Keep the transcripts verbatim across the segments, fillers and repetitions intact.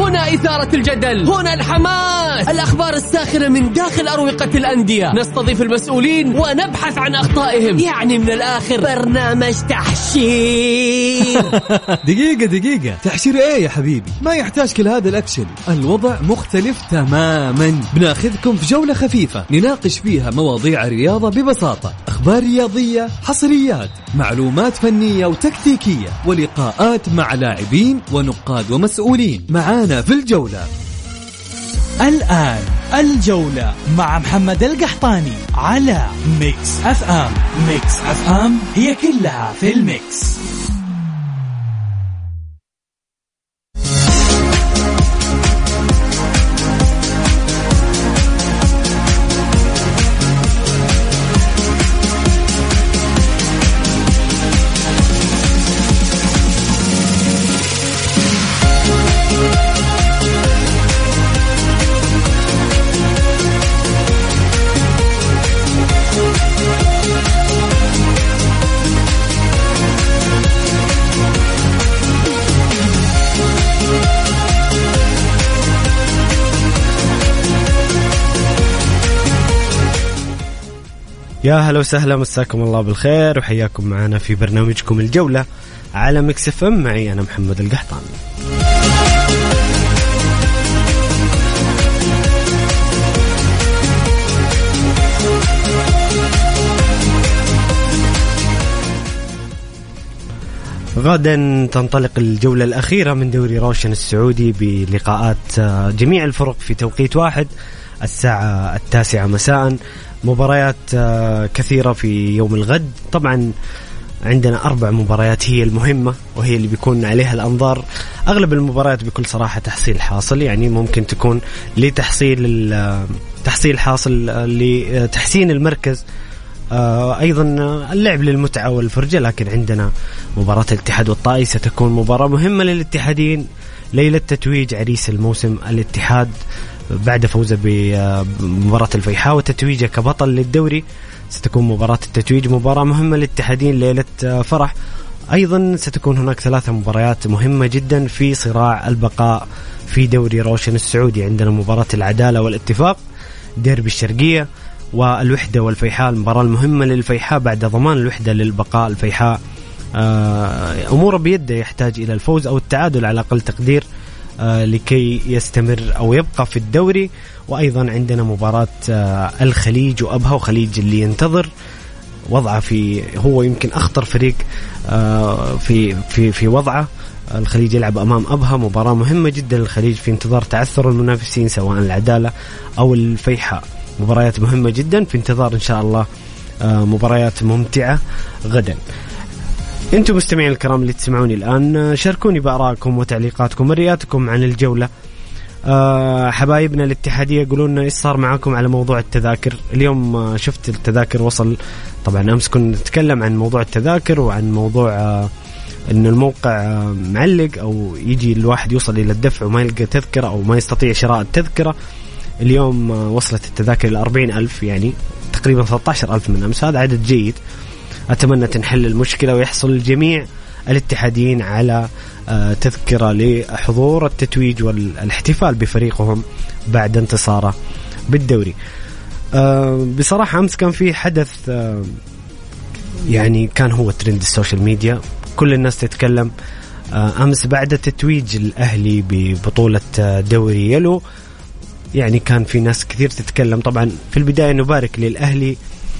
هنا إثارة الجدل، هنا الحماس، الأخبار الساخرة من داخل أروقة الأندية، نستضيف المسؤولين ونبحث عن أخطائهم. يعني من الآخر برنامج تحشير. دقيقة دقيقة، تحشير إيه يا حبيبي؟ ما يحتاج كل هذا الأكشن. الوضع مختلف تماما. بناخذكم في جولة خفيفة نناقش فيها مواضيع الرياضة ببساطة، أخبار رياضية، حصريات، معلومات فنية وتكتيكية، ولقاءات مع لاعبين ونقاد ومسؤولين. معانا في الجولة. الآن الجولة مع محمد القحطاني على ميكس اف ام. ميكس اف ام هي كلها في الميكس. يا هلا وسهلا، مساكم الله بالخير وحياكم معنا في برنامجكم الجولة على ميكس اف ام. معي أنا محمد القحطاني. غدا تنطلق الجولة الأخيرة من دوري روشن السعودي بلقاءات جميع الفرق في توقيت واحد الساعة التاسعة مساء. مباريات كثيرة في يوم الغد. طبعا عندنا أربع مباريات هي المهمة وهي اللي بيكون عليها الأنظار. أغلب المباريات بكل صراحة تحصيل حاصل، يعني ممكن تكون لتحصيل تحصيل حاصل لتحسين المركز، أيضا اللعب للمتعة والفرجة. لكن عندنا مباراة الاتحاد والطائي ستكون مباراة مهمة للاتحادين، ليلة تتويج عريس الموسم الاتحاد بعد فوزه بمباراة الفيحاء وتتويجه كبطل للدوري. ستكون مباراة التتويج مباراة مهمة للاتحادين، ليلة فرح. أيضا ستكون هناك ثلاثة مباريات مهمة جدا في صراع البقاء في دوري روشن السعودي. عندنا مباراة العدالة والاتفاق، ديربي الشرقية، والوحدة والفيحاء. المباراة المهمة للفيحاء بعد ضمان الوحدة للبقاء. الفيحاء أموره بيده، يحتاج إلى الفوز أو التعادل على أقل تقدير لكي يستمر أو يبقى في الدوري. وأيضا عندنا مباراة الخليج وأبها، وخليج اللي ينتظر وضعه في هو يمكن أخطر فريق في في في وضعه. الخليج يلعب أمام أبها، مباراة مهمة جدا للخليج في انتظار تعثر المنافسين سواء العدالة أو الفيحاء. مباريات مهمة جدا في انتظار إن شاء الله مباريات ممتعة غدا. انتم مستمعين الكرام اللي تسمعوني الآن، شاركوني بآرائكم وتعليقاتكم ورياتكم عن الجولة. أه حبايبنا الاتحادية يقولون لنا ايش صار معاكم على موضوع التذاكر. اليوم شفت التذاكر وصل، طبعا أمس كنا نتكلم عن موضوع التذاكر وعن موضوع أه أن الموقع أه معلق أو يجي الواحد يوصل إلى الدفع وما يلقى تذكرة أو ما يستطيع شراء التذكرة. اليوم أه وصلت التذاكر إلى أربعين ألف، يعني تقريبا ثلاثة عشر ألف من أمس. هذا عدد جيد. أتمنى تنحل المشكلة ويحصل الجميع الاتحاديين على تذكرة لحضور التتويج والاحتفال بفريقهم بعد انتصاره بالدوري. بصراحة أمس كان في حدث يعني كان هو ترند السوشيال ميديا، كل الناس تتكلم. أمس بعد تتويج الأهلي ببطولة دوري يلو، يعني كان في ناس كثير تتكلم. طبعا في البداية نبارك للأهلي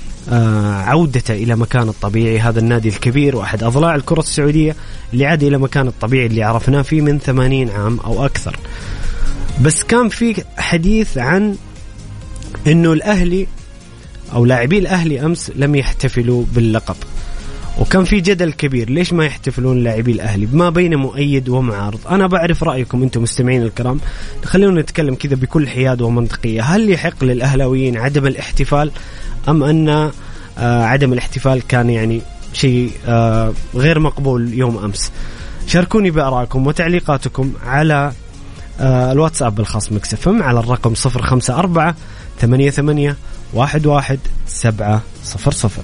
عودته إلى مكان الطبيعي، هذا النادي الكبير وأحد أضلاع الكرة السعودية اللي عاد إلى مكان الطبيعي اللي عرفناه فيه من ثمانين عام أو أكثر. بس كان في حديث عن أنه الأهلي أو لاعبي الأهلي أمس لم يحتفلوا باللقب، وكان في جدل كبير ليش ما يحتفلون لاعبي الأهلي ما بين مؤيد ومعارض. أنا بعرف رأيكم أنتم مستمعين الكرام، خلونا نتكلم كذا بكل حياد ومنطقية. هل يحق للأهلاويين عدم الاحتفال أم أن عدم الاحتفال كان يعني شيء غير مقبول يوم أمس؟ شاركوني بآرائكم وتعليقاتكم على الواتساب الخاص ميكس اف ام على الرقم صفر خمسة أربعة ثمانية ثمانية واحد واحد سبعة صفر صفر.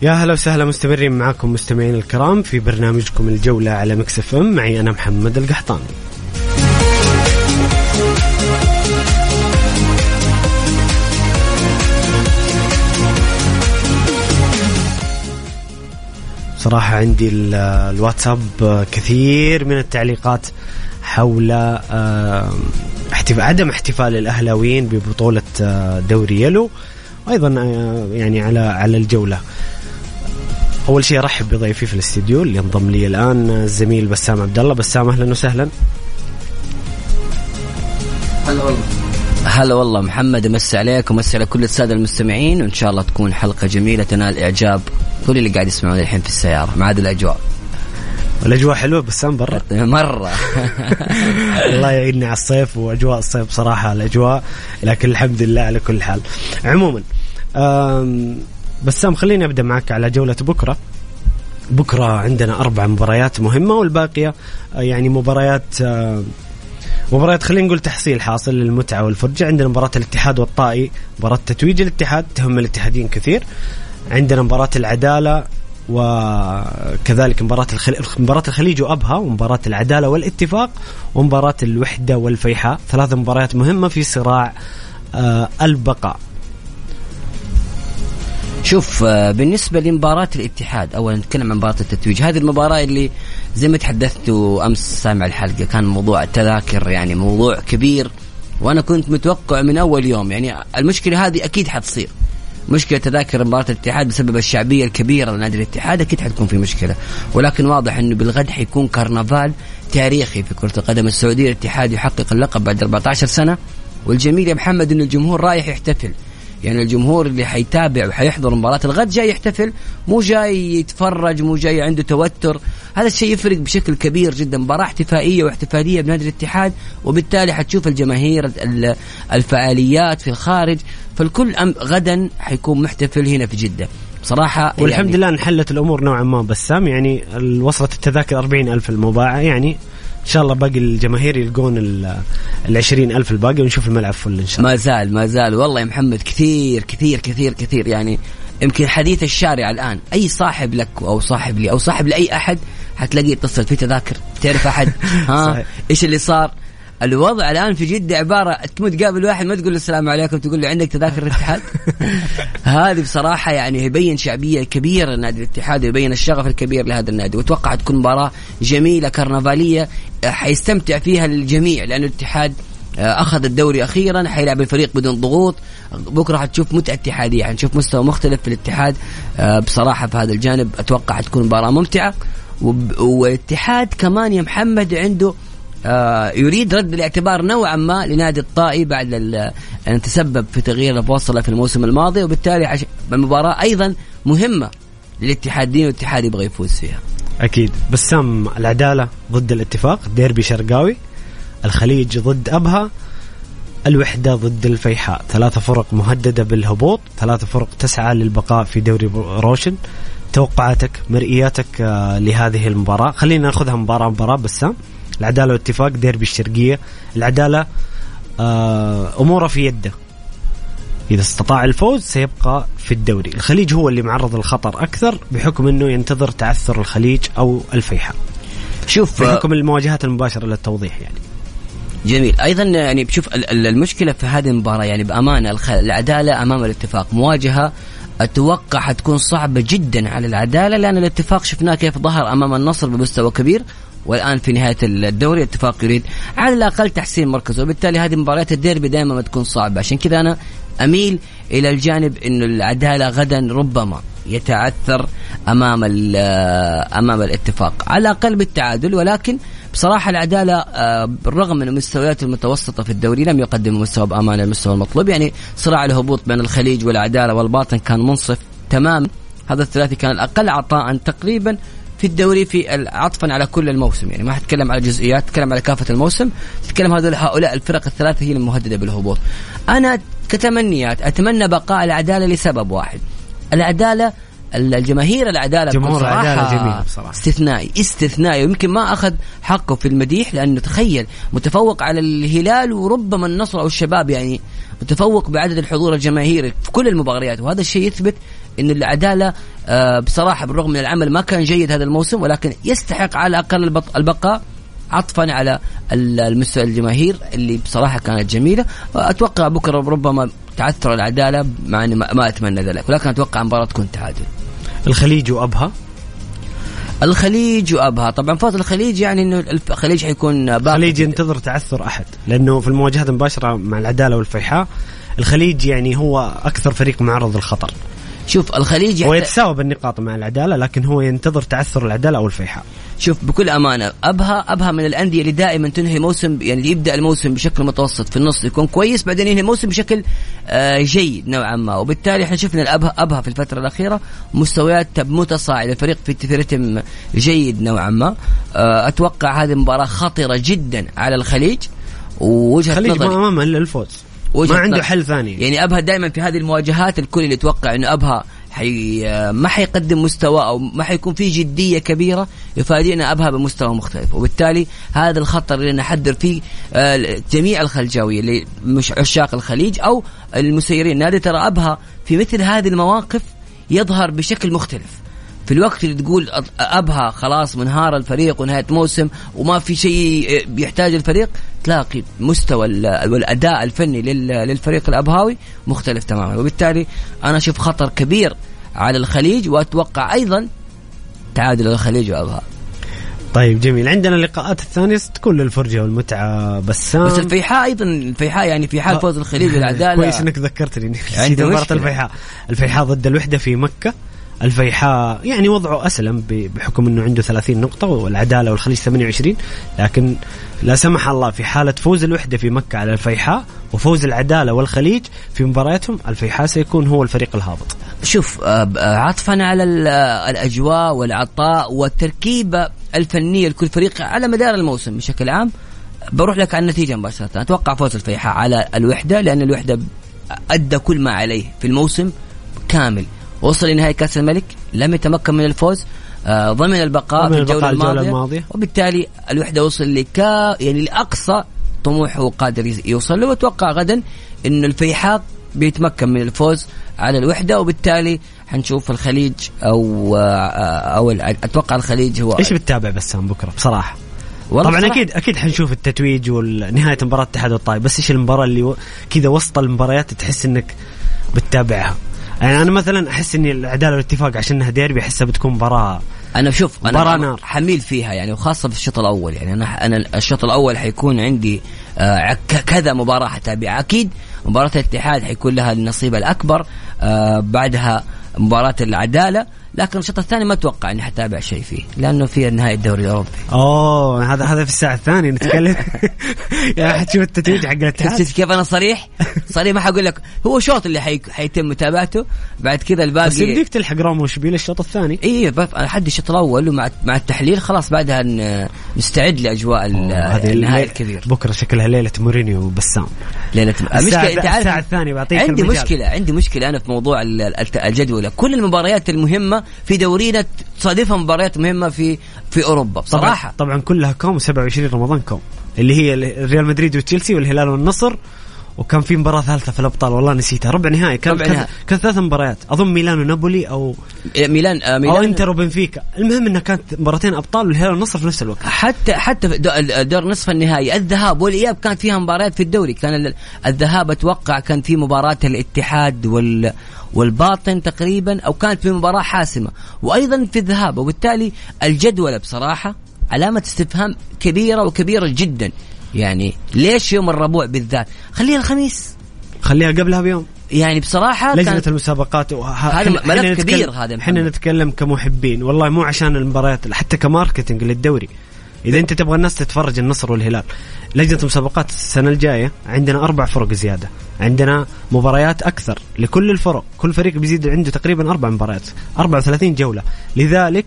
يا هلا وسهلا، مستمرين معاكم مستمعين الكرام في برنامجكم الجولة على ميكس اف ام. معي أنا محمد القحطاني. صراحة عندي الواتساب كثير من التعليقات حول عدم احتفال الأهلاويين ببطولة دوري يلو، وأيضا يعني على على الجولة. أول شيء أرحب بضيفي في الاستديو اللي انضم لي الآن الزميل بسام عبد الله. بسام أهلا وسهلا. هلا والله. هلا والله محمد، امسي عليك ومسي على كل السادة المستمعين، وإن شاء الله تكون حلقة جميلة تنال إعجاب كل اللي قاعد يسمعون الحين في السيارة مع هذه الأجواء. الأجواء حلوة بسام برا مرة. الله يعيننا على الصيف وأجواء الصيف صراحة الأجواء، لكن الحمد لله على كل حال. عموما بسام خليني أبدأ معك على جولة بكرة. بكرة عندنا أربع مباريات مهمة، والباقية يعني مباريات مباريات خلينا نقول تحصيل حاصل للمتعة والفرجة. عندنا مباراة الاتحاد والطائي، مباراة تتويج الاتحاد تهم الاتحادين كثير. عندنا مباراة العدالة وكذلك مباراة الخل... مباراة الخليج وأبها، ومباراة العدالة والاتفاق، ومباراة الوحدة والفيحاء. ثلاث مباريات مهمة في صراع آه البقاء. شوف بالنسبة لمباراة الاتحاد، أولا نتكلم عن مباراة التتويج. هذه المباراة اللي زي ما تحدثت أمس سامع الحلقة، كان موضوع التذاكر يعني موضوع كبير، وأنا كنت متوقع من أول يوم يعني المشكلة هذه أكيد حتصير. مشكلة تذاكر مباراة الاتحاد بسبب الشعبية الكبيرة لنادي الاتحاد أكيد حتكون في مشكلة، ولكن واضح أنه بالغد حيكون كرنفال تاريخي في كرة القدم السعودية. الاتحاد يحقق اللقب بعد أربعة عشر سنة، والجميل يا محمد أنه الجمهور رايح يحتفل. يعني الجمهور اللي حيتابع وحيحضر مباراة الغد جاي يحتفل، مو جاي يتفرج، مو جاي عنده توتر. هذا الشيء يفرق بشكل كبير جدا. مباراة احتفائية واحتفالية بنادي الاتحاد، وبالتالي حتشوف الجماهير الفعاليات في الخارج، فالكل غدا حيكون محتفل هنا في جدة بصراحة. والحمد يعني لله انحلت الأمور نوعا ما بسام، يعني وصلت التذاكر أربعين ألف المباعة، يعني إن شاء الله باقي الجماهير يلقون العشرين ألف الباقي ونشوف الملعب فل إن شاء الله. ما زال ما زال والله يا محمد كثير كثير كثير كثير. يعني يمكن حديث الشارع الآن أي صاحب لك أو صاحب لي أو صاحب لأي أحد حتلاقيه يتصل في تذاكر. تعرف أحد ها إيش اللي صار؟ الوضع الآن في جدة عبارة تموت تقابل واحد ما تقول له السلام عليكم، تقول له عندك تذاكر الاتحاد. هذه بصراحة يعني يبين شعبية كبيرة لنادي الاتحاد، ويبين الشغف الكبير لهذا النادي. وتوقع تكون مباراة جميلة كرنفالية حيستمتع فيها الجميع، لأن الاتحاد أخذ الدوري أخيرا، حيلعب الفريق بدون ضغوط. بكرة حتشوف متعة اتحادية، حنشوف مستوى مختلف في الاتحاد بصراحة. في هذا الجانب أتوقع تكون مباراة ممتعة. والاتحاد كمان يا محمد عنده آه يريد رد الاعتبار نوعا ما لنادي الطائي بعد أن تسبب في تغيير البوصلة في الموسم الماضي، وبالتالي عش... المباراة أيضا مهمة للاتحادين، والاتحاد يبغى يفوز فيها أكيد. بسام العدالة ضد الاتفاق، ديربي شرقاوي. الخليج ضد أبها، الوحدة ضد الفيحاء. ثلاثة فرق مهددة بالهبوط، ثلاثة فرق تسعى للبقاء في دوري روشن. توقعاتك، مرئياتك آه لهذه المباراة؟ خلينا نأخذها مباراة مباراة. بسام العدالة والاتفاق، ديربي الشرقية. العدالة آه أموره في يده، إذا استطاع الفوز سيبقى في الدوري. الخليج هو اللي معرض للخطر أكثر بحكم أنه ينتظر تعثر الخليج أو الفيحاء. شوف بحكم المواجهات المباشرة للتوضيح يعني. جميل. أيضا يعني بشوف المشكلة في هذه المباراة يعني بأمانة العدالة أمام الاتفاق مواجهة أتوقع حتكون صعبة جدا على العدالة، لأن الاتفاق شفناه كيف ظهر أمام النصر بمستوى كبير، والآن في نهاية الدوري الاتفاق يريد على الأقل تحسين مركزه، وبالتالي هذه مباريات الديربي دائما ما تكون صعبة. عشان كذا أنا أميل إلى الجانب إنه العدالة غدا ربما يتعثر أمام أمام الاتفاق على الأقل بالتعادل، ولكن بصراحة العدالة بالرغم من المستويات المتوسطة في الدوري لم يقدم مستوى بأمانة المستوى المطلوب. يعني صراع الهبوط بين الخليج والعدالة والباطن كان منصف تمام، هذا الثلاثي كان الأقل عطاء تقريبا في الدوري في عطفا على كل الموسم. يعني ما هتكلم على جزئيات، تتكلم على كافة الموسم، تتكلم هذول هؤلاء الفرق الثلاثة هي المهددة بالهبوط. أنا كتمنيات أتمنى بقاء العدالة لسبب واحد، العدالة الجماهير العدالة جمهور العدالة جميل بصراحة، استثنائي استثنائي ويمكن ما أخذ حقه في المديح، لأنه تخيل متفوق على الهلال وربما النصر أو الشباب، يعني متفوق بعدد الحضور الجماهيري في كل المباريات، وهذا الشيء يثبت إن العدالة بصراحة بالرغم من العمل ما كان جيد هذا الموسم، ولكن يستحق على الأقل البقاء عطفا على المستوى الجماهير اللي بصراحة كانت جميلة. أتوقع بكرة ربما تعثر العدالة، مع أني ما أتمنى ذلك، ولكن أتوقع مباراة تكون تعادل. الخليج وأبها الخليج وأبها طبعا فاز الخليج، يعني إنه الخليج حيكون الخليج ينتظر تعثر أحد، لأنه في المواجهات المباشرة مع العدالة والفيحاء الخليج يعني هو أكثر فريق معرض للخطر. شوف الخليج هو يتساوى بالنقاط مع العدالة، لكن هو ينتظر تعثر العدالة أو الفيحاء. شوف بكل أمانة أبها أبها من الأندية اللي دائما تنهي موسم، يعني يبدأ الموسم بشكل متوسط في النص يكون كويس، بعدين ينهي الموسم بشكل آه جيد نوعا ما، وبالتالي احنا شفنا الأبها أبها في الفترة الأخيرة مستويات متصاعدة، الفريق في رتم جيد نوعا ما. آه أتوقع هذه مباراة خطرة جدا على الخليج، ووجهة الخليج نظري ما أمامه إلا الفوز، ما عنده حل ثاني. يعني أبها دائما في هذه المواجهات الكل اللي يتوقع إنه أبها حي ما حيقدم مستوى أو ما حيكون فيه جدية كبيرة، يفاجئنا أبها بمستوى مختلف، وبالتالي هذا الخطر اللي نحذر فيه جميع الخلجاوية اللي مش عشاق الخليج أو المسيرين نادي. ترى أبها في مثل هذه المواقف يظهر بشكل مختلف، في الوقت اللي تقول أبها خلاص منهار الفريق ونهاية موسم وما في شيء بيحتاج الفريق، تلاقي مستوى والأداء الفني للفريق الأبهاوي مختلف تماما، وبالتالي أنا أشوف خطر كبير على الخليج، وأتوقع أيضا تعادل الخليج وأبها. طيب جميل، عندنا اللقاءات الثانية تكون للفرجة والمتعة بسام. بس الفيحاء أيضا الفيحاء يعني في حال فوز الخليج والعدالة. كويس إنك ذكرتني عند مباراة الفيحاء الفيحاء ضد الوحدة في مكة. الفيحاء يعني وضعه أسلم بحكم أنه عنده ثلاثين نقطة والعدالة والخليج ثمانية وعشرين، لكن لا سمح الله في حالة فوز الوحدة في مكة على الفيحاء وفوز العدالة والخليج في مبارياتهم الفيحاء سيكون هو الفريق الهابط. شوف عطفا على الأجواء والعطاء والتركيبة الفنية لكل فريق على مدار الموسم بشكل عام، بروح لك على النتيجة مباشرة. أتوقع فوز الفيحاء على الوحدة، لأن الوحدة أدى كل ما عليه في الموسم كامل، وصل لنهاية كأس الملك، لم يتمكن من الفوز، آه ضمن البقاء في الجولة الماضية. الماضية وبالتالي الوحدة وصل لكا يعني لأقصى طموحه قادر يوصل له. وأتوقع غدا إن الفيحاء بيتمكن من الفوز على الوحدة، وبالتالي حنشوف الخليج أو آه أو أتوقع الخليج هو. إيش بتتابع بسام بكرة بصراحة؟ طبعا صراحة. أكيد أكيد حنشوف التتويج ونهاية مباراة اتحاد الطائف، بس إيش المباراة اللي كذا وسط المباريات تحس إنك بتتابعها؟ يعني أنا مثلا أحس إن العدالة والاتفاق عشانها ديربي أحسها بتكون مباراة. أنا شوف أنا حميل فيها يعني، وخاصة في الشوط الأول. يعني أنا أنا الشوط الأول حيكون عندي آه كذا مباراة حتابعها. أكيد مباراة الاتحاد حيكون لها النصيب الأكبر، آه بعدها مباراة العدالة، لكن الشوط الثاني ما أتوقع إني حتابع شيء فيه، لأنه في نهاية الدوري الأوروبي. أوه هذا هذا في الساعة الثانية نتكلم. يا حتشوف التتويج حق الاتحاد. كيف أنا صريح صريح ما حقول لك هو شوط اللي حي... حيتم متابعته، بعد كذا الباقي بس بديك تلحق رامو وشبيل الشوط الثاني. إيه لحد الشوط الأول ومع مع التحليل خلاص، بعدها نستعد لأجواء النهاية الكبير. بكرة شكلها ليلة مورينيو وبسام. ليلة مشكلة أنت عارف الساعة الثانية بعطيك عندي المجال. مشكلة عندي مشكلة أنا في موضوع الجدول. كل المباريات المهمة في دورينا تصادفها مباريات مهمة في في أوروبا بصراحة. طبعا, طبعا كلها كوم سبعة وعشرين رمضان كوم، اللي هي ريال مدريد وتشيلسي والهلال والنصر، وكان في مباراة ثالثة في الأبطال والله نسيتها، ربع نهائي كان كان, كان ثلاث مباريات أظن، ميلان ونابولي أو ميلان, آه ميلان أو إنتر وبنفيكا. المهم إنها كانت مباراتين أبطال والهلال والنصر في نفس الوقت. حتى حتى دور نصف النهائي الذهاب والإياب كانت فيها مباريات في الدوري. كان الذهاب أتوقع كان في مباراة الاتحاد وال والباطن تقريبا، أو كانت في مباراة حاسمة وأيضا في الذهاب. وبالتالي الجدول بصراحة علامة استفهام كبيرة وكبيرة جدا. يعني ليش يوم الربوع بالذات؟ خليها الخميس، خليها قبلها بيوم. يعني بصراحة لجنة المسابقات هذا ملف كبير. هذا احنا نتكلم كمحبين والله، مو عشان المباريات، حتى كماركتينج للدوري. إذا أنت تبغى الناس تتفرج النصر والهلال، لجنة المسابقات السنة الجاية عندنا أربع فرق زيادة، عندنا مباريات أكثر لكل الفرق، كل فريق بيزيد عنده تقريبا أربع مباريات، أربعة وثلاثين جولة. لذلك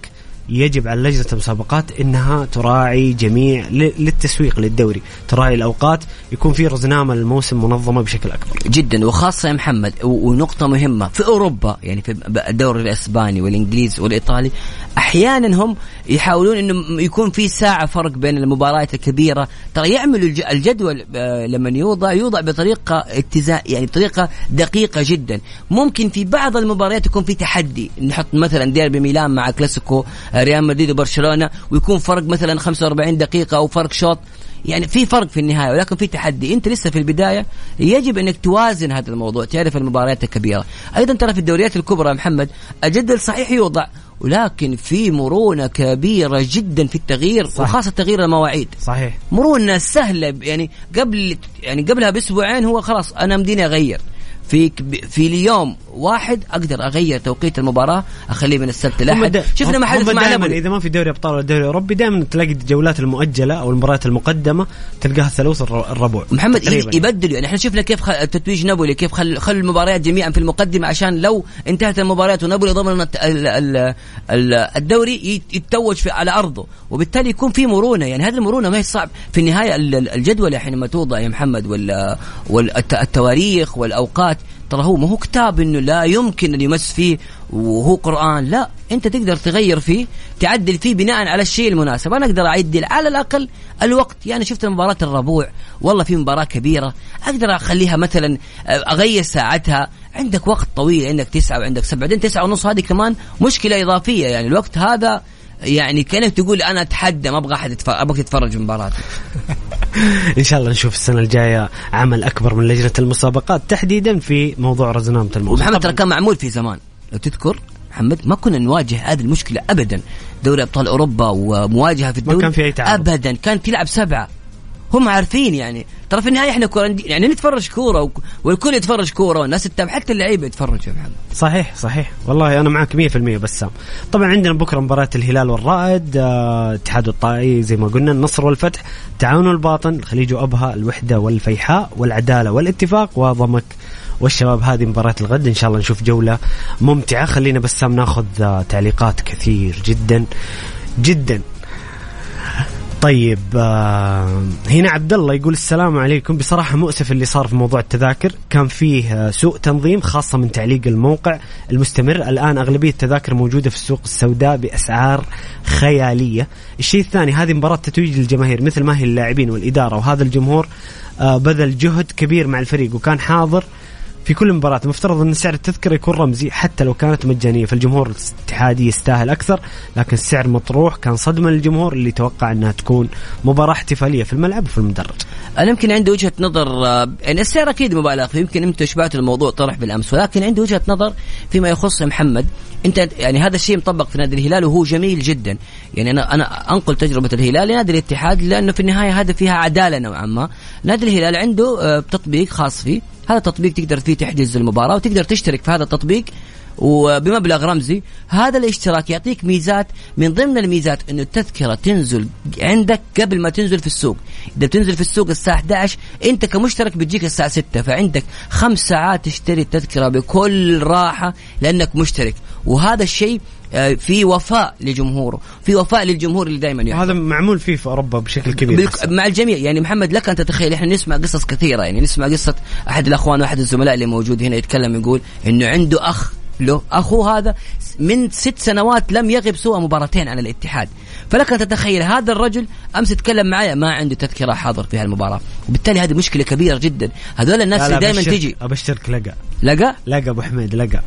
يجب على لجنة المسابقات إنها تراعي جميع للتسويق للدوري، تراعي الأوقات، يكون في رزنامة للموسم منظمة بشكل أكبر جدا. وخاصة يا محمد ونقطة مهمة في أوروبا، يعني في الدوري الإسباني والإنجليزي والإيطالي أحيانا هم يحاولون إنه يكون في ساعة فرق بين المباريات الكبيرة. ترى يعملوا الجدول لما يوضع يوضع بطريقة اتزان، يعني بطريقة دقيقة جدا. ممكن في بعض المباريات يكون في تحدي، نحط مثلا ديربي ميلان مع كلاسيكو ريال مدريد وبرشلونة ويكون فرق مثلا خمسة وأربعين دقيقة أو فرق شوط، يعني في فرق في النهاية ولكن في تحدي. أنت لسه في البداية، يجب أنك توازن هذا الموضوع، تعرف المباريات الكبيرة. أيضا ترى في الدوريات الكبرى محمد الجدول صحيح يوضع، ولكن في مرونة كبيرة جدا في التغيير، صح. وخاصة تغيير المواعيد، صحيح، مرونة سهلة. يعني قبل يعني قبلها بأسبوعين هو خلاص أنا مديني أغير في في اليوم واحد أقدر أغير توقيت المباراة، أخليه من السبت لأحد. شفنا ما حدث مع نابولي. إذا ما في دوري أبطال ولا دوري أوروبي دائما تلاقي الجولات المؤجلة أو المباريات المقدمة تلقاها الثلاث الربع. محمد يبدلوا، يعني إحنا شفنا كيف تتويج نابولي، كيف خل خل المباريات جميعا في المقدمة عشان لو انتهت المباريات ونابولي ضمن الدوري يتوج في على أرضه، وبالتالي يكون في مرونة. يعني هذه المرونة ما هي صعب في النهاية. الجدول حينما توضع يا محمد ولا والتواريخ والأوقات، ترى هو ما هو كتاب إنه لا يمكن أن يمس فيه وهو قرآن، لا، أنت تقدر تغير فيه، تعدل فيه بناء على الشيء المناسب. أنا أقدر أعدل على الأقل الوقت، يعني شفت مباراة الربوع والله في مباراة كبيرة أقدر أخليها مثلا أغير ساعتها، عندك وقت طويل، عندك تسعة وعندك سبعة، بعدين تسعة ونص هذه كمان مشكلة إضافية. يعني الوقت هذا يعني كأنك تقول أنا أتحدى ما أبغى أحد يتفرج، أبغى تتفرج مباراة. إن شاء الله نشوف السنة الجاية عمل أكبر من لجنة المسابقات تحديدا في موضوع رزنامة الموسم. محمد ترى كان معمول في زمان لو تذكر محمد، ما كنا نواجه هذه المشكلة أبدا. دوري أبطال أوروبا ومواجهة في الدوري ما كان في أي تعارض أبدا، كان تلعب سبعة، هم عارفين. يعني ترى في النهاية إحنا كورة، يعني نتفرج كورة والكل يتفرج كورة والناس تتابع، حتى اللعيبة يتفرج يا محمد. صحيح صحيح والله أنا معك مية في المية. بسام طبعا عندنا بكرة مباراة الهلال والرائد، اتحاد الطائي زي ما قلنا، النصر والفتح، تعاون الباطن، الخليج وأبها، الوحدة والفيحاء، والعدالة والاتفاق، وضمك والشباب. هذه مباراة الغد، إن شاء الله نشوف جولة ممتعة. خلينا بسام ناخذ تعليقات كثير جدا جدا. طيب آه هنا عبد الله يقول السلام عليكم، بصراحة مؤسف اللي صار في موضوع التذاكر، كان فيه سوء تنظيم خاصة من تعليق الموقع المستمر. الآن أغلبية التذاكر موجودة في السوق السوداء بأسعار خيالية. الشيء الثاني، هذه مباراة تتويج للجماهير مثل ما هي اللاعبين والإدارة، وهذا الجمهور آه بذل جهد كبير مع الفريق وكان حاضر في كل مباراة. مفترض أن سعر التذكرة يكون رمزي حتى لو كانت مجانية، فالجمهور الاتحادي يستاهل أكثر، لكن السعر مطروح كان صدمة للجمهور اللي توقع أنها تكون مباراة احتفالية في الملعب وفي المدرج. أنا يمكن عندي وجهة نظر، يعني السعر أكيد مبالغ فيه، يمكن أنت شبعت الموضوع طرح بالأمس، ولكن عندي وجهة نظر فيما يخص محمد. أنت يعني هذا الشيء مطبق في نادي الهلال وهو جميل جدا. يعني أنا أنا أنقل تجربة الهلال لنادي الاتحاد، لأنه في النهاية هذا فيها عدالة نوعا ما. نادي الهلال عنده تطبيق خاص فيه، هذا التطبيق تقدر فيه تحجز المباراة وتقدر تشترك في هذا التطبيق وبمبلغ رمزي. هذا الاشتراك يعطيك ميزات، من ضمن الميزات انه التذكرة تنزل عندك قبل ما تنزل في السوق. اذا بتنزل في السوق الساعة إحدى عشر، انت كمشترك بتجيك الساعة ستة، فعندك خمس ساعات تشتري التذكرة بكل راحة لانك مشترك. وهذا الشيء في وفاء لجمهوره، في وفاء للجمهور اللي دائما يعني. هذا معمول فيه في أوروبا بشكل كبير مع الجميع. يعني محمد لك أن تتخيل، إحنا نسمع قصص كثيرة، يعني نسمع قصة أحد الأخوان وأحد الزملاء اللي موجود هنا يتكلم يقول إنه عنده أخ له، أخوه هذا من ست سنوات لم يغب سوى مباراتين عن الاتحاد. فلك أن تتخيل هذا الرجل أمس تكلم معايا ما عنده تذكرة حاضر في هالمباراة، وبالتالي هذه مشكلة كبيرة جدا. هذول الناس اللي دائما تيجي أبشرك لقى لقى لقى أبو حميد لقى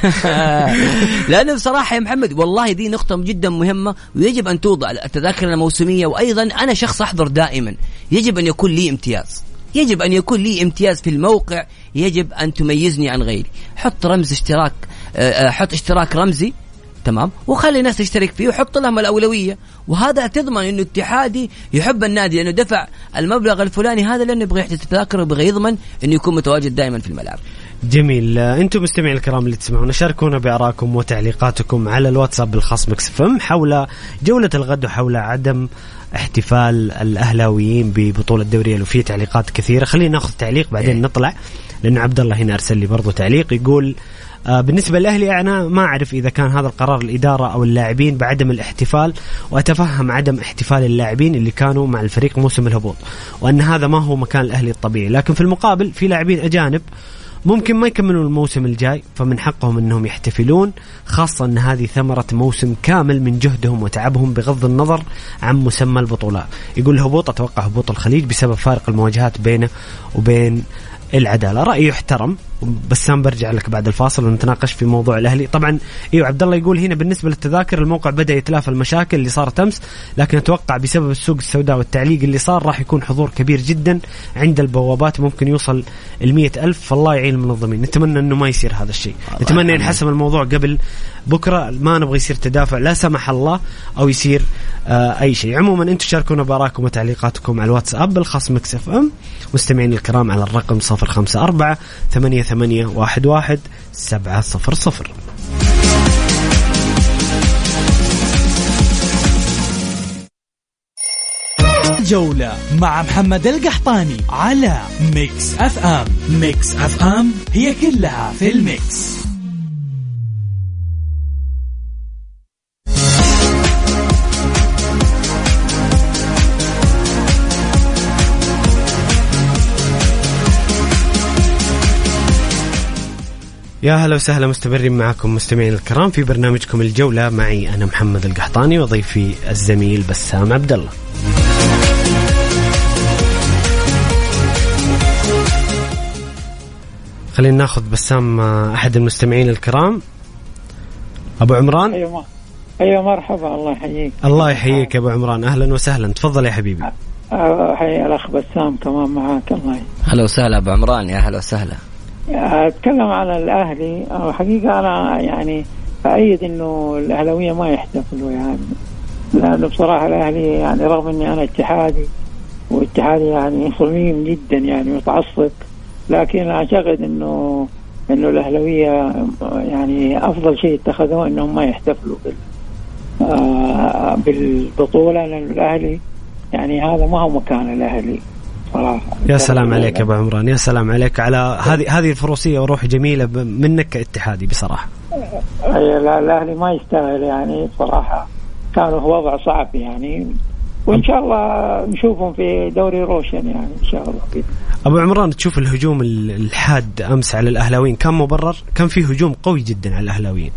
لأنه بصراحة يا محمد والله دي نقطة جدا مهمة، ويجب أن توضع التذاكر الموسمية. وأيضا أنا شخص أحضر دائما، يجب أن يكون لي امتياز، يجب أن يكون لي امتياز في الموقع، يجب أن تميزني عن غيري. حط رمز اشتراك، حط اشتراك رمزي تمام، وخلي الناس تشترك فيه وحط لهم الأولوية. وهذا تضمن إنه اتحادي يحب النادي لأنه دفع المبلغ الفلاني هذا، لأنه يبغى يحجز تذاكر ويبغى يضمن إنه يكون متواجد دائما في الملعب. جميل. أنتم مستمعين الكرام اللي تسمعونا، شاركونا بآرائكم وتعليقاتكم على الواتساب الخاص مكس اف ام حول جولة الغد وحول عدم احتفال الأهلاويين ببطولة الدوري. لو في تعليقات كثيرة خلينا ناخذ تعليق بعدين نطلع، لأنه عبد الله هنا أرسل لي برضو تعليق يقول آه بالنسبة للأهلي أنا ما أعرف إذا كان هذا القرار الإدارة أو اللاعبين بعدم الاحتفال، وأتفهم عدم احتفال اللاعبين اللي كانوا مع الفريق موسم الهبوط، وأن هذا ما هو مكان الأهلي الطبيعي. لكن في المقابل في لاعبين أجانب ممكن ما يكملون الموسم الجاي، فمن حقهم أنهم يحتفلون، خاصة أن هذه ثمرة موسم كامل من جهدهم وتعبهم بغض النظر عن مسمى البطولة. يقول الهبوط أتوقع هبوط الخليج بسبب فارق المواجهات بينه وبين العدالة. رأيه يحترم. بسام برجع لك بعد الفاصل ونتناقش في موضوع الأهلي. طبعا ايوه عبد الله يقول هنا بالنسبة للتذاكر الموقع بدأ يتلافى المشاكل اللي صارت أمس، لكن أتوقع بسبب السوق السوداء والتعليق اللي صار راح يكون حضور كبير جدا عند البوابات، ممكن يوصل المية ألف. فالله يعين المنظمين. نتمنى أنه ما يصير هذا الشيء، نتمنى ينحسم الموضوع قبل بكرة، ما نبغى يصير تدافع لا سمح الله أو يصير آه أي شيء. عموما أنتم شاركونا براءكم وتعليقاتكم على الواتساب الخاص ميكس اف ام مستمعين الكرام على الرقم صفر خمسة أربعة ثمانية ثمانية واحد واحد سبعة صفر صفر. جولة مع محمد القحطاني على ميكس اف ام. ميكس اف ام هي كلها في الميكس. يا هلا وسهلا، مستمرين معكم مستمعين الكرام في برنامجكم الجولة، معي أنا محمد القحطاني وضيفي الزميل بسام عبد الله. خلينا ناخذ بسام أحد المستمعين الكرام أبو عمران. أيوة أيوة مرحبا، الله يحييك. الله يحييك يا أبو عمران، أهلا وسهلا، تفضل يا حبيبي. حيا الأخ بسام كمان معاك. الله هلا وسهلا أبو عمران، يا هلا وسهلا. أتكلم عن الأهلي. حقيقة أنا يعني أأيد إنه الأهلاوية ما يحتفلوا، يعني لأنه بصراحة الأهلي يعني رغم إني أنا اتحادي واتحادي يعني صميم جدا يعني متعصب، لكن أعتقد إنه إنه الأهلاوية يعني أفضل شيء اتخذوه إنهم ما يحتفلوا بالبطولة، لأن الأهلي يعني هذا ما هو مكان الأهلي صراحة. يا سلام عليك يا أبو عمران، يا سلام عليك على هذه هذه الفروسية وروح جميلة منك كاتحادي بصراحة. لا الأهلي ما يستاهل يعني صراحة، كانوا في وضع صعب يعني، وإن شاء الله نشوفهم في دوري روشن يعني إن شاء الله كده. أبو عمران، تشوف الهجوم الحاد أمس على الأهلاويين كان مبرر؟ كان فيه هجوم قوي جدا على الأهلاويين.